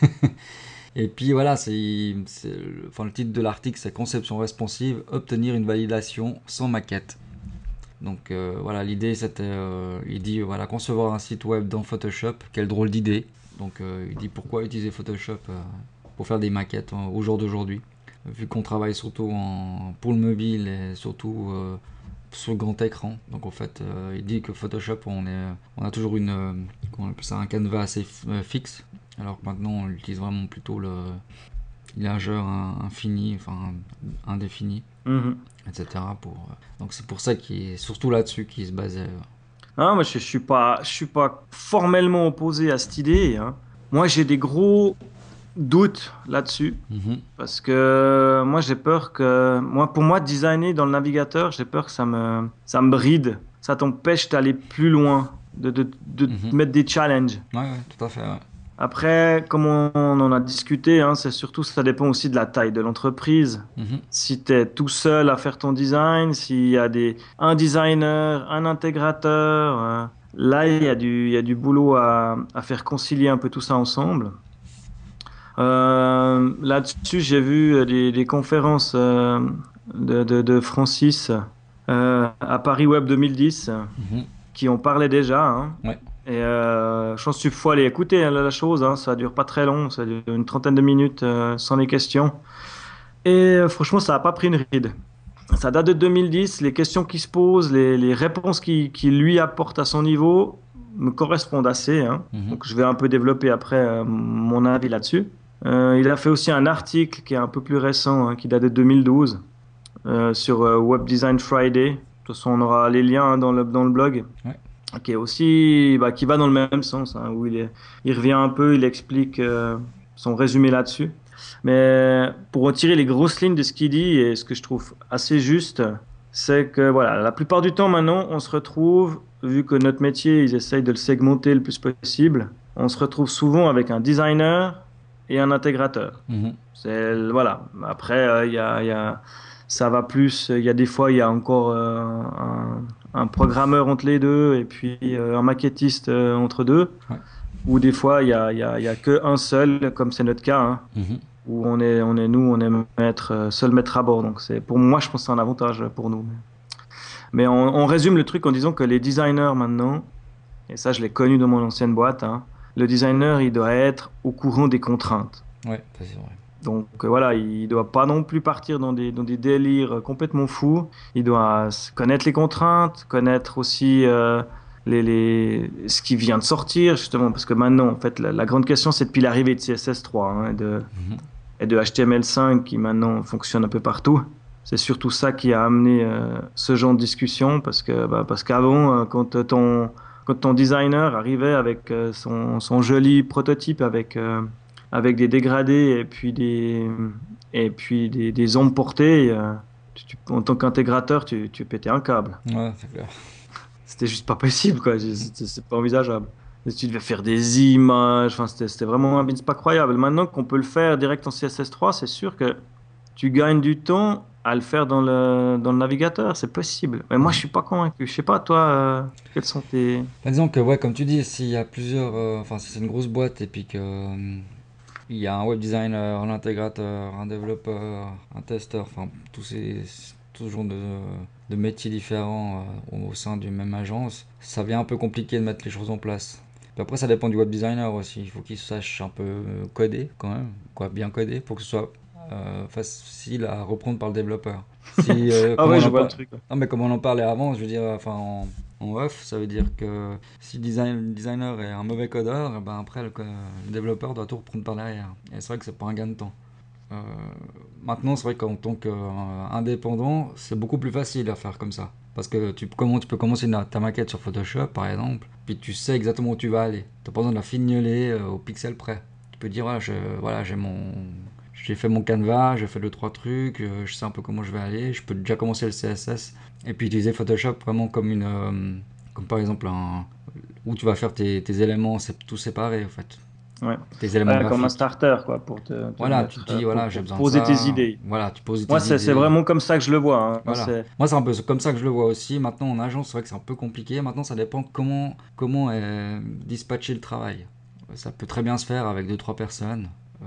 A: Et puis voilà, c'est, c'est- le- enfin, le titre de l'article, c'est Conception responsive, obtenir une validation sans maquette. Donc euh, voilà, l'idée c'était, euh, il dit voilà, concevoir un site web dans Photoshop, quelle drôle d'idée. Donc euh, il dit pourquoi utiliser Photoshop euh, pour faire des maquettes euh, au jour d'aujourd'hui, vu qu'on travaille surtout en, pour le mobile et surtout euh, sur grand écran. Donc en fait, euh, il dit que Photoshop, on, est, on a toujours une, euh, comment on appelle ça, un canevas assez f- euh, fixe, alors que maintenant on utilise vraiment plutôt le largeur infini, enfin indéfini,
B: Mhm.
A: et cetera. Pour, euh, donc c'est pour ça qu'il est surtout là-dessus qu'il se basait. euh.
B: Ah, moi, je, je suis pas, je suis pas formellement opposé à cette idée. Hein. Moi, j'ai des gros doutes là-dessus.
A: Mhm.
B: Parce que moi, j'ai peur que. Moi, pour moi, designer dans le navigateur, j'ai peur que ça me, ça me bride. Ça t'empêche d'aller plus loin, de, de, de te
A: Mhm.
B: mettre des challenges.
A: Ouais, ouais, tout à fait. Ouais.
B: Après, comme on, on en a discuté, hein, c'est surtout, ça dépend aussi de la taille de l'entreprise.
A: Mhm.
B: Si tu es tout seul à faire ton design, s'il y a des, un designer, un intégrateur, euh, là, il y a du, il y a du boulot à, à faire concilier un peu tout ça ensemble. Euh, là-dessus, j'ai vu des, des conférences euh, de, de, de Francis euh, à Paris Web deux mille dix
A: Mhm.
B: qui en parlaient déjà, hein.
A: Ouais.
B: Et euh, je pense qu'il faut aller écouter, hein, la, la chose, hein. Ça dure pas très long, ça dure une trentaine de minutes euh, sans les questions. Et euh, franchement, ça n'a pas pris une ride. Ça date de deux mille dix. Les questions qui se posent, les, les réponses qu'il qui lui apporte à son niveau me correspondent assez, hein.
A: Mhm.
B: Donc je vais un peu développer après euh, mon avis là-dessus. Euh, il a fait aussi un article qui est un peu plus récent, hein, qui date de deux mille douze, euh, sur euh, Web Design Friday. De toute façon, on aura les liens, hein, dans le, dans le blog.
A: Ouais.
B: Qui est aussi, bah, qui va dans le même sens, hein, où il est, il revient un peu, il explique euh, son résumé là-dessus. Mais pour retirer les grosses lignes de ce qu'il dit et ce que je trouve assez juste, c'est que voilà, la plupart du temps maintenant, on se retrouve, vu que notre métier, ils essayent de le segmenter le plus possible, on se retrouve souvent avec un designer et un intégrateur.
A: Mhm.
B: C'est, voilà. Après, euh, il y a, il y a, ça va plus. Il y a des fois, il y a encore euh, un, un programmeur entre les deux et puis euh, un maquettiste euh, entre deux.
A: Ouais.
B: Ou des fois, il y a, il y a, il y a que un seul, comme c'est notre cas, hein,
A: Mhm.
B: où on est, on est nous, on est maître, euh, seul maître à bord. Donc, c'est, pour moi, je pense que c'est un avantage pour nous. Mais on, on résume le truc en disant que les designers maintenant, et ça, je l'ai connu dans mon ancienne boîte, hein, le designer, il doit être au courant des contraintes.
A: Ouais, ça, c'est vrai.
B: Donc euh, voilà, il doit pas non plus partir dans des, dans des délires complètement fous. Il doit s- connaître les contraintes, connaître aussi euh, les, les, ce qui vient de sortir, justement, parce que maintenant, en fait, la, la grande question, c'est depuis l'arrivée de C S S trois, hein, et de,
A: Mhm.
B: et de H T M L cinq qui maintenant fonctionne un peu partout. C'est surtout ça qui a amené euh, ce genre de discussion, parce que, bah, parce qu'avant, euh, quand ton, quand ton designer arrivait avec euh, son, son joli prototype avec, euh, avec des dégradés et puis des, et puis des, des ombres portées, euh, tu- tu- en tant qu'intégrateur, tu, tu pétais un câble.
A: Ouais, c'est clair.
B: C'était juste pas possible, quoi. C'est c'est pas envisageable. Et tu devais faire des images, enfin, c'était c'était vraiment un business pas croyable. Maintenant qu'on peut le faire direct en C S S trois, c'est sûr que tu gagnes du temps à le faire dans le, dans le navigateur, c'est possible. Mais moi, je
A: Mhm.
B: suis pas convaincu. Je sais pas, toi, euh, quels sont tes...
A: Bah, disons que, ouais, comme tu dis, s'il y a plusieurs. euh, Enfin, si c'est une grosse boîte et puis que. euh, il y a un web designer, un intégrateur, un développeur, un testeur, enfin, tous ces. Tous genres de, de métiers différents euh, au sein d'une même agence, ça devient un peu compliqué de mettre les choses en place. Puis après, ça dépend du web designer aussi. Il faut qu'il sache un peu euh, coder quand même, quoi, bien coder pour que ce soit euh, facile à reprendre par le développeur. Si, euh,
B: Ah
A: comme
B: ouais,
A: on
B: je
A: en
B: vois le
A: par-
B: truc.
A: Non, mais comme on en parlait avant, je veux dire, enfin, en, en off, ça veut dire que si le design- le designer est un mauvais codeur, eh ben après, le, co- le développeur doit tout reprendre par derrière. Et c'est vrai que c'est pas un gain de temps. Euh, Maintenant, c'est vrai qu'en tant qu'indépendant, c'est beaucoup plus facile à faire comme ça. Parce que tu, comment, tu peux commencer na- ta maquette sur Photoshop, par exemple, puis tu sais exactement où tu vas aller. Tu n'as pas besoin de la fignoler euh, au pixel près. Tu peux dire, voilà, je, voilà j'ai mon, j'ai fait mon canevas, j'ai fait deux, trois trucs, euh, je sais un peu comment je vais aller, je peux déjà commencer le C S S, et puis utiliser Photoshop vraiment comme une... euh, comme par exemple un... où tu vas faire tes, tes éléments c'est tout séparés, en fait.
B: Ouais.
A: Tes éléments
B: Ouais, comme un
A: graphiques.
B: starter, quoi, pour te, te
A: Voilà, tu te
B: mettre, euh,
A: dis,
B: pour,
A: voilà, j'ai
B: pour
A: besoin de
B: poser tes
A: ça.
B: idées.
A: Voilà, tu poses tes
B: Moi, c'est c'est
A: idées.
B: vraiment comme ça que je le vois, hein.
A: Voilà.
B: C'est...
A: Moi, c'est un peu comme ça que je le vois aussi. Maintenant, en agence, c'est vrai que c'est un peu compliqué. Maintenant, ça dépend comment, comment est dispatché le travail. Ça peut très bien se faire avec deux, trois personnes. Euh,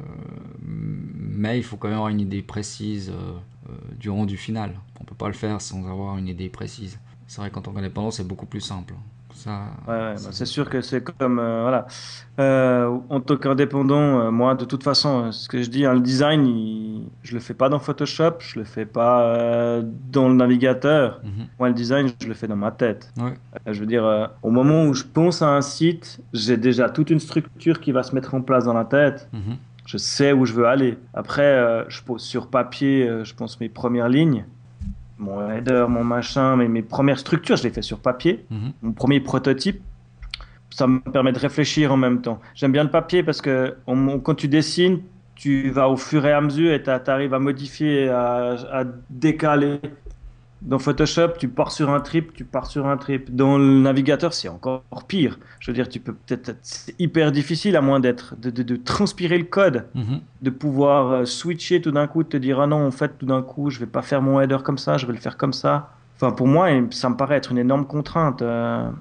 A: mais il faut quand même avoir une idée précise euh, euh, du rendu final. On peut pas le faire sans avoir une idée précise. C'est vrai qu'en tant qu'indépendant, c'est beaucoup plus simple. Ça,
B: Ouais, ouais, bah,
A: c'est
B: c'est
A: c'est
B: sûr
A: sûr.
B: que c'est comme euh, voilà. Euh, en tant qu'indépendant, euh, moi de toute façon, euh, ce que je dis, hein, le design, il- je le fais pas dans Photoshop, je le fais pas euh, dans le navigateur.
A: Mhm.
B: Moi, le design, je le fais dans ma tête.
A: Ouais.
B: Euh, je veux dire, euh, au moment où je pense à un site, j'ai déjà toute une structure qui va se mettre en place dans la tête.
A: Mhm.
B: Je sais où je veux aller. Après, euh, je pose sur papier, euh, je pense mes premières lignes, mon header, mon machin, mes, mes premières structures, je les fais sur papier.
A: Mhm.
B: Mon premier prototype, ça me permet de réfléchir en même temps. J'aime bien le papier parce que on- on- quand tu dessines, tu vas au fur et à mesure et tu arrives à modifier, à, à décaler. Dans Photoshop, tu pars sur un trip, tu pars sur un trip. Dans le navigateur, c'est encore pire. Je veux dire, tu peux peut-être, c'est hyper difficile à moins d'être, de, de- de transpirer le code,
A: Mhm.
B: de pouvoir euh, switcher tout d'un coup, de te dire ah non, en fait, tout d'un coup, je vais pas faire mon header comme ça, je vais le faire comme ça. Enfin, pour moi, ça me paraît être une énorme contrainte. euh,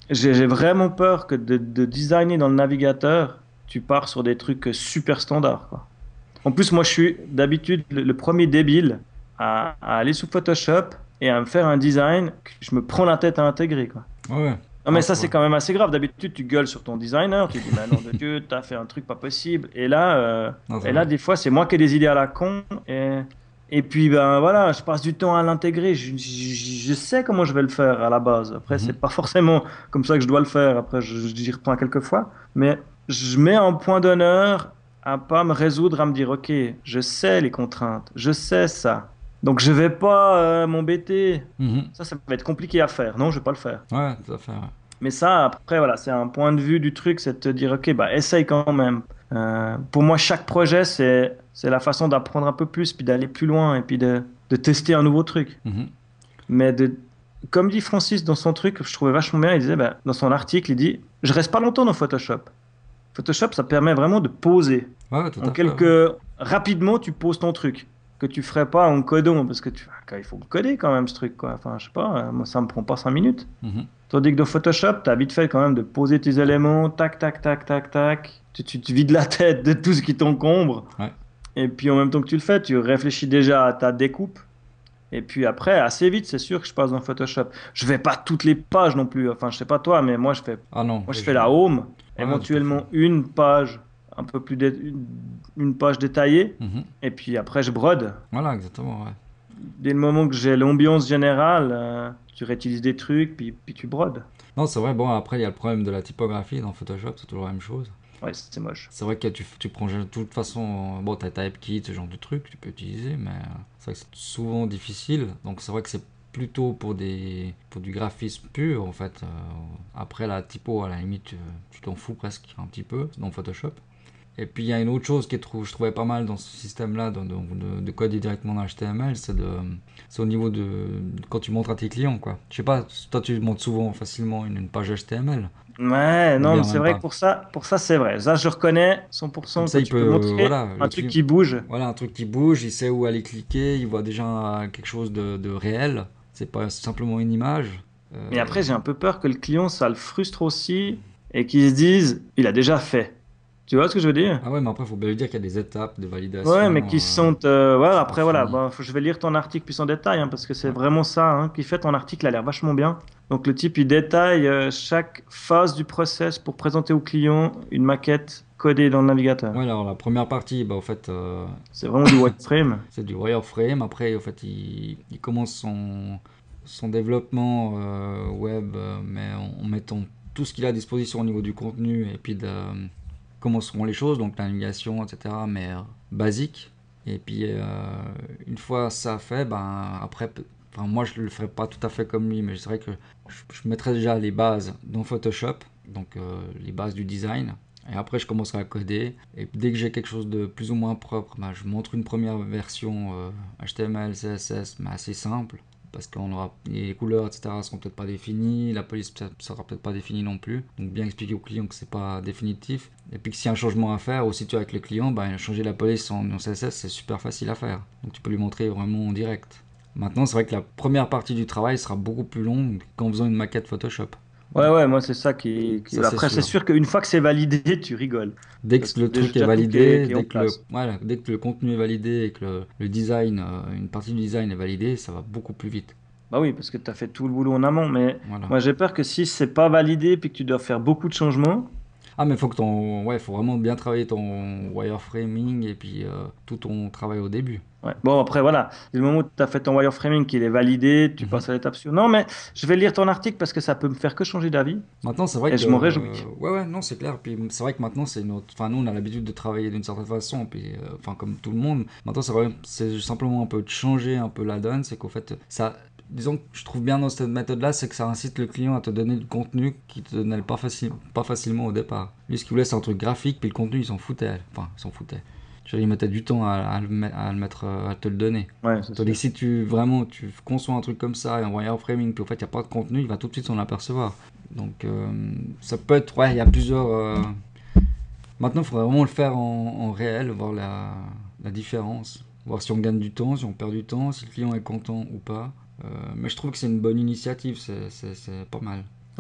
B: j'ai j'ai vraiment peur que de, de designer dans le navigateur, tu pars sur des trucs super standards, quoi. En plus, moi, je suis d'habitude le, le premier débile à, à aller sous Photoshop et à me faire un design que je me prends la tête à intégrer, quoi.
A: Ouais, ouais.
B: Non, mais
A: Ah,
B: ça,
A: c'est
B: c'est
A: vrai.
B: quand même assez grave. D'habitude, tu gueules sur ton designer, tu dis, mais non de Dieu, t'as fait un truc pas possible. Et là, euh,
A: Non, c'est
B: et là,
A: vrai.
B: des fois, c'est moi qui ai des idées à la con. Et, et puis, ben voilà, je passe du temps à l'intégrer. Je, je- je sais comment je vais le faire à la base. Après, c'est
A: Mhm.
B: pas forcément comme ça que je dois le faire. Après, je- j'y reprends quelques fois. Mais je mets un point d'honneur à pas me résoudre à me dire, OK, je sais les contraintes, je sais ça. Donc, je vais pas euh, m'embêter.
A: Mhm.
B: Ça, ça va être compliqué à faire. Non, je vais pas le faire.
A: Ouais, tout à fait, ouais.
B: Mais ça, après, voilà, c'est un point de vue du truc, c'est de te dire, OK, bah, essaye quand même. Euh, pour moi, chaque projet, c'est, c'est la façon d'apprendre un peu plus, puis d'aller plus loin, et puis de, de tester un nouveau truc.
A: Mhm.
B: Mais de, comme dit Francis dans son truc, je trouvais vachement bien, il disait, bah, dans son article, il dit, je reste pas longtemps dans Photoshop. Photoshop, ça permet vraiment de poser.
A: Ouais, ouais, tout
B: En
A: à fait, ouais.
B: quelques... Rapidement, tu poses ton truc. Que tu ferais pas en codant, parce que tu... il faut coder quand même ce truc, quoi. Enfin, je sais pas, euh, moi, ça me prend pas cinq minutes.
A: Mhm.
B: Tandis que dans Photoshop, tu as vite fait quand même de poser tes éléments, tac, tac, tac, tac, tac. Tu, tu te vides la tête de tout ce qui t'encombre.
A: Ouais.
B: Et puis en même temps que tu le fais, tu réfléchis déjà à ta découpe. Et puis après, assez vite, c'est sûr que je passe dans Photoshop. Je vais pas toutes les pages non plus. Enfin, je sais pas toi, mais moi, je fais,
A: Ah non,
B: moi, je
A: ouais,
B: fais
A: je...
B: la home,
A: Ouais, tout à fait.
B: éventuellement une page, un peu plus dé- une, une page détaillée.
A: Mhm.
B: Et puis après, je brode.
A: Voilà, exactement, ouais.
B: Dès le moment que j'ai l'ambiance générale, euh, tu réutilises des trucs, puis, puis tu brodes.
A: Non, c'est vrai, bon, après, il y a le problème de la typographie dans Photoshop, c'est toujours la même chose.
B: Ouais, c'est moche.
A: C'est vrai que tu, tu prends de toute façon, bon, t'as Typekit, ce genre de trucs, tu peux utiliser, mais euh, c'est vrai que c'est souvent difficile. Donc c'est vrai que c'est plutôt pour des pour du graphisme pur en fait. Euh, après la typo, à la limite, tu tu t'en fous presque un petit peu dans Photoshop. Et puis il y a une autre chose que je trouvais pas mal dans ce système-là, de, de, de coder directement dans H T M L, c'est de c'est au niveau de quand tu montres à tes clients quoi. Je sais pas, toi tu montres souvent facilement une, une page H T M L,
B: Ouais,
A: ou
B: non, mais
A: bien
B: c'est
A: même
B: vrai que
A: pas.
B: pour ça, pour ça, c'est vrai. Ça, je reconnais
A: Comme
B: cent pour cent
A: ça,
B: quand
A: il
B: tu
A: peut,
B: peux
A: euh,
B: montrer
A: voilà,
B: un
A: le
B: truc
A: client,
B: qui bouge.
A: voilà, un truc qui bouge, il sait où aller cliquer, il voit déjà quelque chose de, de réel. C'est pas simplement une image.
B: Mais
A: Euh,
B: après, j'ai un peu peur que le client, ça le frustre aussi et qu'il se dise, il a déjà fait. Tu vois ce que je veux dire?
A: Ah ouais, mais après, il faut bien lui dire qu'il y a des étapes de
B: Ouais, mais
A: validation
B: qu'ils se
A: euh,
B: sentent. Euh, ouais,
A: c'est pas
B: après, voilà.
A: fini.
B: Bon, faut- je vais lire ton article plus en détail hein, parce que c'est
A: Ouais.
B: vraiment ça hein, qui fait ton article a l'air vachement bien. Donc, le type, il détaille euh, chaque phase du process pour présenter au client une maquette codée dans le navigateur.
A: Ouais, alors la première partie, bah, au fait, euh,
B: C'est vraiment du wireframe.
A: c'est du wireframe. Après, au fait, il, il commence son, son développement euh, web, euh, mais en, en mettant tout ce qu'il a à disposition au niveau du contenu et puis de comment seront les choses, donc la navigation, et cetera, mais euh, basique. Et puis, euh, une fois ça fait, ben, après, pe- enfin, moi je le ferai pas tout à fait comme lui, mais c'est vrai que je, je mettrai déjà les bases dans Photoshop, donc euh, les bases du design. Et après, je commencerai à coder. Et dès que j'ai quelque chose de plus ou moins propre, ben, je montre une première version euh, H T M L, C S S, mais assez simple. Parce que les couleurs, et cetera, seront peut-être pas définies, la police sera peut-être pas définie non plus. Donc bien expliquer au client que c'est pas définitif. Et puis que s'il y a un changement à faire, aussitôt avec le client, ben, changer la police en, en C S S, c'est super facile à faire. Donc tu peux lui montrer vraiment en direct. Maintenant, c'est vrai que la première partie du travail sera beaucoup plus longue qu'en faisant une maquette Photoshop.
B: Ouais, ouais, moi, c'est ça qui. qui-
A: Ça, c'est
B: Après, c'est
A: sûr.
B: sûr qu'une fois que c'est validé, tu rigoles.
A: Dès
B: Parce
A: que
B: que
A: le truc est
B: déjà tout est,
A: validé,
B: qui est en
A: dès que le,
B: place.
A: voilà, dès que le contenu est validé et que le, le design, euh, une partie du design est validée, ça va beaucoup plus vite.
B: Bah oui, parce que tu as fait tout le boulot en amont. Mais
A: Voilà.
B: moi, j'ai peur que si c'est pas validé puis que tu dois faire beaucoup de changements.
A: Ah, mais faut que ton, ouais, faut vraiment bien travailler ton wireframing et puis euh, tout ton travail au début.
B: Ouais. Bon, après, voilà. Dès le moment où tu as fait ton wireframing, qu'il est validé, tu
A: Mhm.
B: passes à l'étape suivante. Non, mais je vais lire ton article parce que ça peut me faire que changer d'avis.
A: Maintenant, c'est vrai
B: Et
A: que,
B: je m'en
A: euh,
B: réjouis.
A: ouais, ouais, non, c'est clair. Puis c'est vrai que maintenant, c'est notre, enfin, nous, on a l'habitude de travailler d'une certaine façon, puis, euh, enfin, comme tout le monde. Maintenant, c'est vrai, c'est simplement un peu de changer un peu la donne, c'est qu'au fait, ça, disons que je trouve bien dans cette méthode-là, c'est que ça incite le client à te donner du contenu qui te donnait pas facile, pas facilement au départ. Lui, ce qu'il voulait, c'est un truc graphique, puis le contenu, il s'en foutait. Enfin, il s'en foutait. Je veux dire, il mettait du temps à, à le, met- à le mettre, euh, à te le donner.
B: Ouais, c'est
A: Tandis
B: sûr.
A: que si tu vraiment tu conçois un truc comme ça et en wireframing, puis au fait il n'y a pas de contenu, il va tout de suite s'en apercevoir. Donc euh, ça peut être, ouais, il y a plusieurs. euh, Maintenant, il faudrait vraiment le faire en, en réel, voir la, la différence, voir si on gagne du temps, si on perd du temps, si le client est content ou pas. Euh, mais je trouve que c'est une bonne initiative, c'est, c'est, c'est pas mal.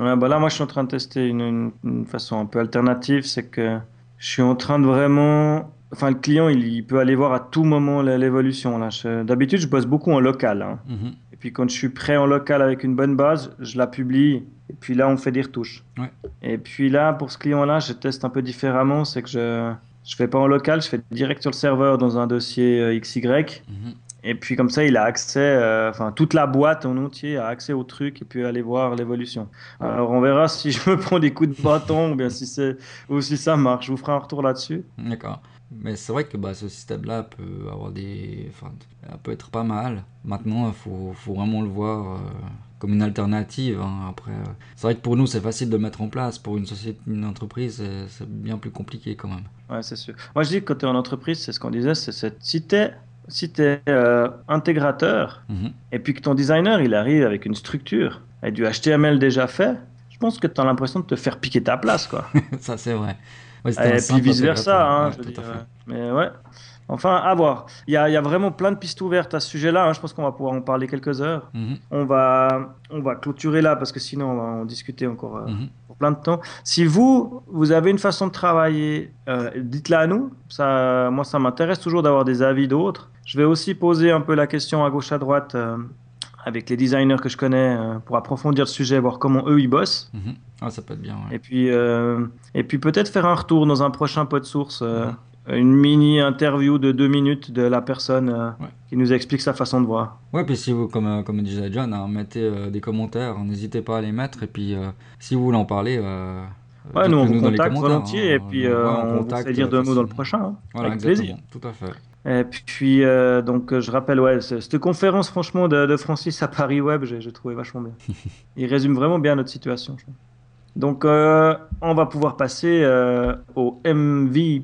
B: Ouais, bah là, moi, je suis en train de tester une, une- une façon un peu alternative. C'est que je suis en train de vraiment. Enfin, le client, il, il peut aller voir à tout moment la- l'évolution. Là, Je- d'habitude, je bosse beaucoup en local, hein.
A: Mhm.
B: Et puis, quand je suis prêt en local avec une bonne base, je la publie. Et puis là, on fait des retouches.
A: Ouais.
B: Et puis là, pour ce client-là, je teste un peu différemment. C'est que je je fais pas en local, je fais direct sur le serveur dans un dossier euh, X Y.
A: Mhm.
B: Et puis comme ça, il a accès, euh, enfin toute la boîte en entier a accès au truc et puis aller voir l'évolution. Alors on verra si je me prends des coups de bâton ou bien si c'est ou si ça marche. Je vous ferai un retour là-dessus.
A: D'accord. Mais c'est vrai que bah, ce système-là peut avoir des, enfin, peut être pas mal. Maintenant, il faut, faut vraiment le voir euh, comme une alternative, hein. Après, euh, c'est vrai que pour nous, c'est facile de le mettre en place. Pour une société, une entreprise, c'est, c'est bien plus compliqué quand même.
B: Ouais, c'est sûr. Moi je dis que quand tu es en entreprise, c'est ce qu'on disait, c'est c'est- si tu es si t'es, euh, intégrateur
A: Mhm.
B: et puis que ton designer il arrive avec une structure et du H T M L déjà fait, je pense que tu as l'impression de te faire piquer ta place quoi.
A: Ça, c'est vrai. Ouais, c'était un
B: Et puis
A: simple
B: vice-versa,
A: intégrateur.
B: hein,
A: Ouais,
B: je veux
A: tout
B: dire.
A: à fait.
B: euh, Mais ouais. Enfin, à voir. Il y a, il y a vraiment plein de pistes ouvertes à ce sujet-là, hein. Je pense qu'on va pouvoir en parler quelques heures.
A: Mhm.
B: On va, on va clôturer là parce que sinon on va en discuter encore euh,
A: Mhm.
B: pour plein de temps. Si vous, vous avez une façon de travailler, euh, dites-la à nous. Ça, moi, ça m'intéresse toujours d'avoir des avis d'autres. Je vais aussi poser un peu la question à gauche à droite euh, avec les designers que je connais euh, pour approfondir le sujet, voir comment eux ils bossent.
A: Mhm. Ah, ça peut être bien, ouais.
B: Et puis, euh, et puis peut-être faire un retour dans un prochain pod source, euh,
A: Mhm.
B: une mini interview de deux minutes de la personne euh,
A: Ouais.
B: qui nous explique sa façon de voir.
A: Ouais, puis si vous, comme, euh, comme disait John, hein, mettez euh, des commentaires, n'hésitez pas à les mettre. Et puis, euh, si vous voulez en parler, euh, euh,
B: Ouais, nous on
A: dites-le
B: vous
A: nous dans les
B: contacte
A: commentaires,
B: volontiers et
A: hein.
B: puis
A: Euh,
B: euh,
A: ouais, on
B: on vous fait
A: contacte
B: dire
A: euh,
B: deux mots dans le
A: facilement.
B: prochain, hein,
A: Voilà,
B: avec
A: exactement,
B: plaisir.
A: tout à fait.
B: Et puis, euh, donc, euh, je rappelle, ouais, ce- cette conférence, franchement, de, de Francis à Paris Web, j'ai j'ai trouvé vachement bien. Il résume vraiment bien notre situation, je trouve. Donc, euh, on va pouvoir passer euh, au M V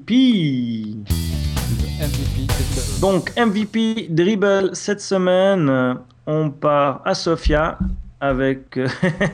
B: P.
A: Le M V P, c'est
B: Donc, M V P Dribble cette semaine, euh, on part à Sofia avec. euh,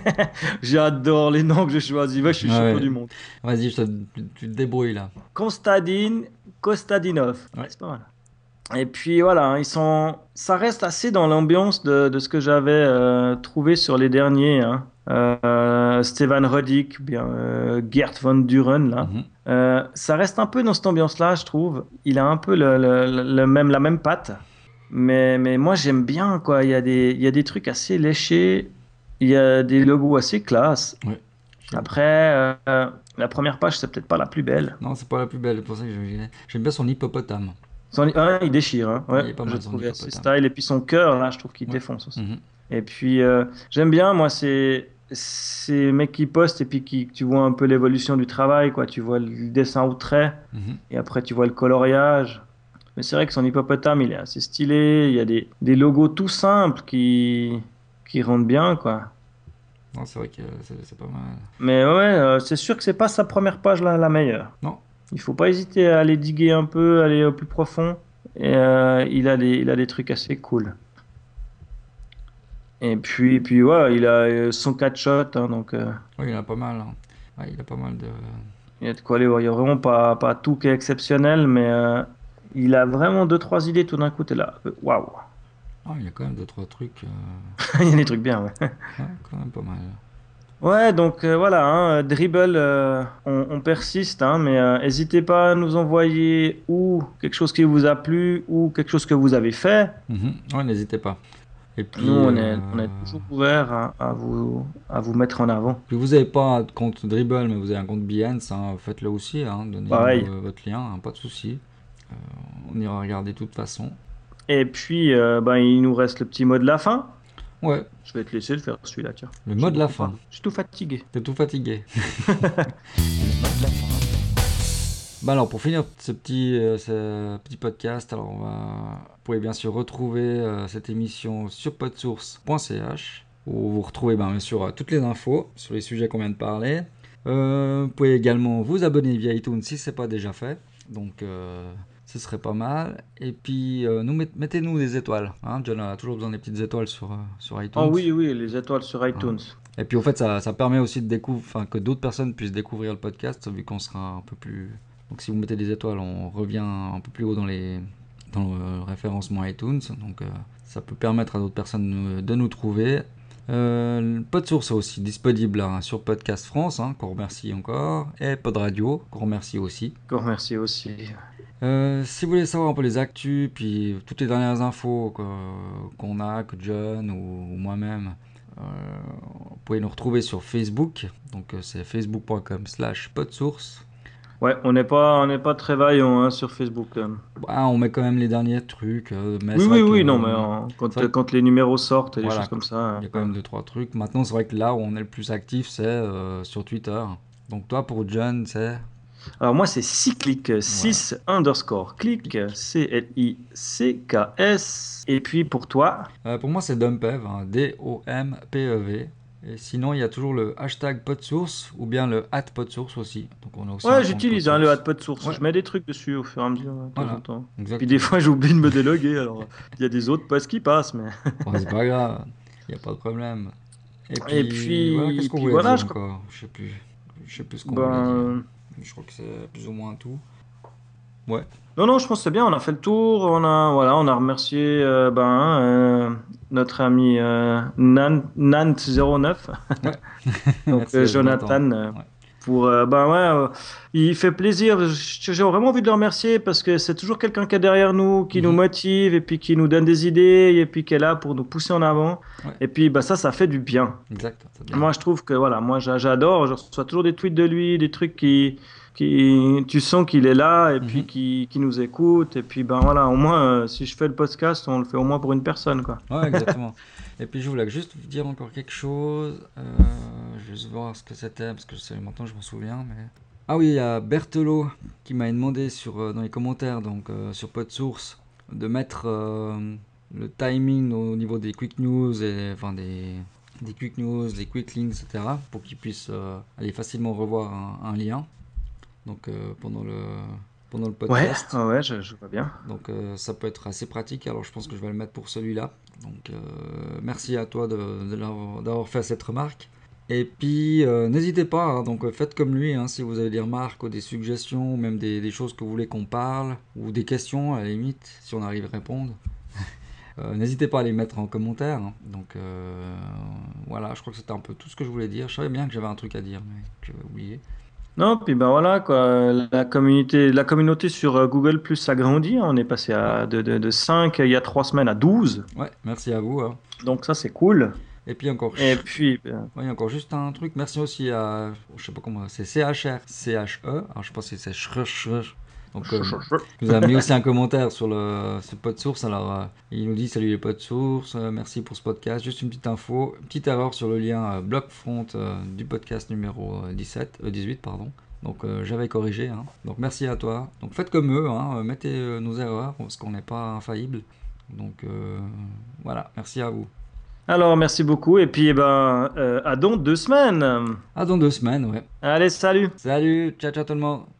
B: J'adore les noms que j'ai choisis. Ouais, je suis le champion
A: Ouais,
B: du monde.
A: vas-y, je te, tu te débrouilles là.
B: Konstantin Kostadinov.
A: Ouais.
B: C'est pas mal. Et puis voilà, hein, ils sont. Ça reste assez dans l'ambiance de, de ce que j'avais euh, trouvé sur les derniers, hein. Euh, Stevan Rodic, bien euh, Gert van Duren là.
A: Mhm.
B: Euh, ça reste un peu dans cette ambiance-là, je trouve. Il a un peu le, le- le- le même, la même patte. Mais, mais moi, j'aime bien, quoi. Il y a des, il y a des trucs assez léchés. Il y a des logos assez classe.
A: Ouais. J'aime-
B: Après, euh, euh, la première page, c'est peut-être pas la plus belle.
A: Non, c'est pas la plus belle, c'est pour ça que j'aime j'aime bien son hippopotame.
B: Son- ah, il déchire, hein.
A: Il
B: Ouais,
A: est pas
B: je
A: mal, son
B: trouvais assez
A: hippopotame.
B: style. Et puis son cœur, là, je trouve qu'il
A: Ouais.
B: défonce aussi.
A: Mhm.
B: Et puis, euh, j'aime bien, moi, ces, ces mecs qui postent et puis qui, tu vois un peu l'évolution du travail, quoi. Tu vois le dessin au trait.
A: Mhm.
B: Et après, tu vois le coloriage. Mais c'est vrai que son hippopotame, il est assez stylé. Il y a des, des logos tout simples qui, qui rendent bien, quoi.
A: Non, c'est vrai que c'est c'est pas mal.
B: Mais ouais, euh, c'est sûr que c'est pas sa première page la, la meilleure.
A: Non.
B: Il faut pas hésiter à aller diguer un peu, aller au plus profond. Et euh, il a des, il a des trucs assez cool. Et puis, puis ouais, il a euh, son catch shot, hein, donc euh,
A: Oui, il a pas mal, hein. Ouais, il a pas mal de.
B: il y a de quoi aller voir. Il y a vraiment pas, pas tout qui est exceptionnel, mais euh, il a vraiment deux, trois idées tout d'un coup. T'es là, euh, waouh!
A: Ah, il y a quand même deux, trois trucs. euh,
B: Il y a des trucs bien, ouais.
A: Ouais, quand même pas mal.
B: Ouais, donc euh, voilà, hein, Dribble, euh, on, on persiste, hein, mais euh, n'hésitez pas à nous envoyer ou quelque chose qui vous a plu ou quelque chose que vous avez fait.
A: Mhm. Ouais, n'hésitez pas. Et puis,
B: Nous, on est,
A: euh,
B: on est toujours ouvert à, à vous, à vous mettre en avant.
A: puis vous n'avez pas un compte Dribble, mais vous avez un compte Behance, hein, faites-le aussi, hein, donnez-nous
B: Pareil.
A: euh, votre lien, hein, pas de souci. Euh, on ira regarder de toute façon.
B: Et puis, euh, ben, il nous reste le petit mot de la fin.
A: Ouais,
B: Je vais te laisser le faire celui-là, tiens.
A: le mot de la fin.
B: Je suis tout fatigué.
A: T'es tout fatigué. Le mot de la fin. Bah alors pour finir ce petit, euh, ce petit podcast, alors on va, vous pouvez bien sûr retrouver euh, cette émission sur podsource point c h où vous retrouvez ben, bien sûr euh, toutes les infos sur les sujets qu'on vient de parler. Euh, vous pouvez également vous abonner via iTunes si ce n'est pas déjà fait, donc euh, ce serait pas mal. Et puis euh, nous met- mettez-nous des étoiles, hein. John a toujours besoin des petites étoiles sur, euh, sur iTunes.
B: Oh oui, oui, les étoiles sur iTunes.
A: Et puis au fait, ça, ça permet aussi de découvrir, enfin que d'autres personnes puissent découvrir le podcast, vu qu'on sera un peu plus. Donc si vous mettez des étoiles, on revient un peu plus haut dans les dans le référencement iTunes. Donc euh, ça peut permettre à d'autres personnes de, de nous trouver. Euh, PodSource est aussi disponible hein, sur Podcast France, hein, qu'on remercie encore, et Pod Radio, qu'on remercie aussi.
B: Qu'on remercie aussi.
A: Euh, si vous voulez savoir un peu les actus, puis toutes les dernières infos que, qu'on a, que John ou, ou moi-même, euh, vous pouvez nous retrouver sur Facebook, donc euh, c'est facebook.com slash podsource.
B: Ouais, on n'est pas, on n'est pas très vaillant hein, sur Facebook. euh.
A: Bah, on met quand même les derniers trucs, euh, mais
B: Oui,
A: c'est
B: oui,
A: vrai
B: oui,
A: que,
B: non, mais
A: euh,
B: euh, quand,
A: c'est vrai que-
B: quand les numéros sortent et des
A: voilà,
B: choses comme ça.
A: il y a
B: euh,
A: quand même deux trois trucs. Maintenant, c'est vrai que là où on est le plus actif, c'est euh, sur Twitter. Donc toi, pour John, c'est...
B: Alors moi, c'est cyclic, six underscore click, C L I C K S. Et puis pour toi,
A: Euh, pour moi, c'est Dumpev, hein, D O M P E V. Et sinon, il y a toujours le hashtag PodSource ou bien le at PodSource aussi. Donc on a aussi un
B: ouais,
A: compte
B: j'utilise hein, le
A: PodSource.
B: ad source.
A: Ouais.
B: Je mets des trucs dessus au fur et à mesure, hein, de temps
A: Voilà,
B: en temps. Puis
A: exactement.
B: des fois, j'oublie de me déloguer. Alors, il y a des autres posts qui passent, mais.
A: Ouais, c'est pas grave, il n'y a pas de problème. Et puis,
B: Et puis,
A: voilà, qu'est-ce qu'on
B: puis
A: voulait
B: voilà,
A: dire
B: je crois.
A: encore? Je sais plus. Je sais plus ce qu'on voulait dire.
B: Ben,
A: Je crois que c'est plus ou moins tout. Ouais.
B: non, non, je pense que c'est bien. On a fait le tour. On a, voilà, on a remercié euh, ben, euh, notre ami euh, Nan, Nant zéro neuf,
A: Ouais.
B: donc
A: Merci
B: euh,
A: à
B: Jonathan. euh,
A: Ouais.
B: Pour, euh, ben ouais, euh, il fait plaisir. J'ai j'ai vraiment envie de le remercier parce que c'est toujours quelqu'un qui est derrière nous, qui nous
A: Mhm.
B: motive et puis qui nous donne des idées et puis qui est là pour nous pousser en avant.
A: Ouais.
B: Et puis bah, ça, ça fait du bien.
A: Exact. c'est bien.
B: Moi, je trouve que voilà, moi j'a- j'adore. Je reçois toujours des tweets de lui, des trucs qui, qui, tu sens qu'il est là et puis
A: Mhm.
B: qui, qui nous écoute. Et puis ben voilà, au moins, euh, si je fais le podcast, on le fait au moins pour une personne, quoi.
A: Ouais, exactement. Et puis je voulais juste vous dire encore quelque chose. Euh, je vais juste voir ce que c'était parce que c'est maintenant je m'en souviens. Mais... Ah oui, il y a Berthelot qui m'a demandé sur, euh, dans les commentaires, donc euh, sur PodSource, de mettre euh, le timing au niveau des quick news et enfin des, des quick news, des quick links, et cetera pour qu'ils puissent euh, aller facilement revoir un, un lien. Donc euh, pendant le pendant le
B: Ouais,
A: podcast.
B: ouais, ouais, je, je vois bien.
A: Donc euh, ça peut être assez pratique, alors je pense que je vais le mettre pour celui-là. Donc euh, merci à toi de, de l'avoir- d'avoir fait cette remarque. Et puis euh, n'hésitez pas, hein, donc euh, faites comme lui, hein, si vous avez des remarques ou des suggestions, ou même des, des choses que vous voulez qu'on parle, ou des questions à la limite, si on arrive à répondre. Euh, n'hésitez pas à les mettre en commentaire. hein. Donc euh, voilà, je crois que c'était un peu tout ce que je voulais dire. Je savais bien que j'avais un truc à dire, mais que j'avais oublié.
B: Non, puis ben voilà quoi, la communauté, la communauté sur euh, Google Plus s'agrandit. On est passé
A: Ouais,
B: à de, de, de cinq il y a trois semaines à douze.
A: ouais, merci à vous. hein.
B: Donc ça c'est cool.
A: Et puis encore,
B: Et
A: ch-
B: puis ben,
A: ouais, encore juste un truc. Merci aussi à, je sais pas comment, c'est C H R, C H E. Alors je pense que c'est Ch- Ch- Donc euh, il nous a mis aussi un commentaire sur le ce PodSource. Alors euh, il nous dit salut les PodSource, euh, merci pour ce podcast. Juste une petite info, une petite erreur sur le lien euh, bloc front euh, du podcast numéro euh, dix-sept, euh, dix-huit pardon. Donc euh, j'avais corrigé. hein. Donc merci à toi. Donc faites comme eux, hein, euh, mettez euh, nos erreurs parce qu'on n'est pas infaillible. Donc euh, voilà, merci à vous.
B: alors merci beaucoup. Et puis eh ben euh, à dans deux semaines.
A: À dans deux semaines, ouais.
B: Allez, salut.
A: Salut, ciao ciao tout le monde.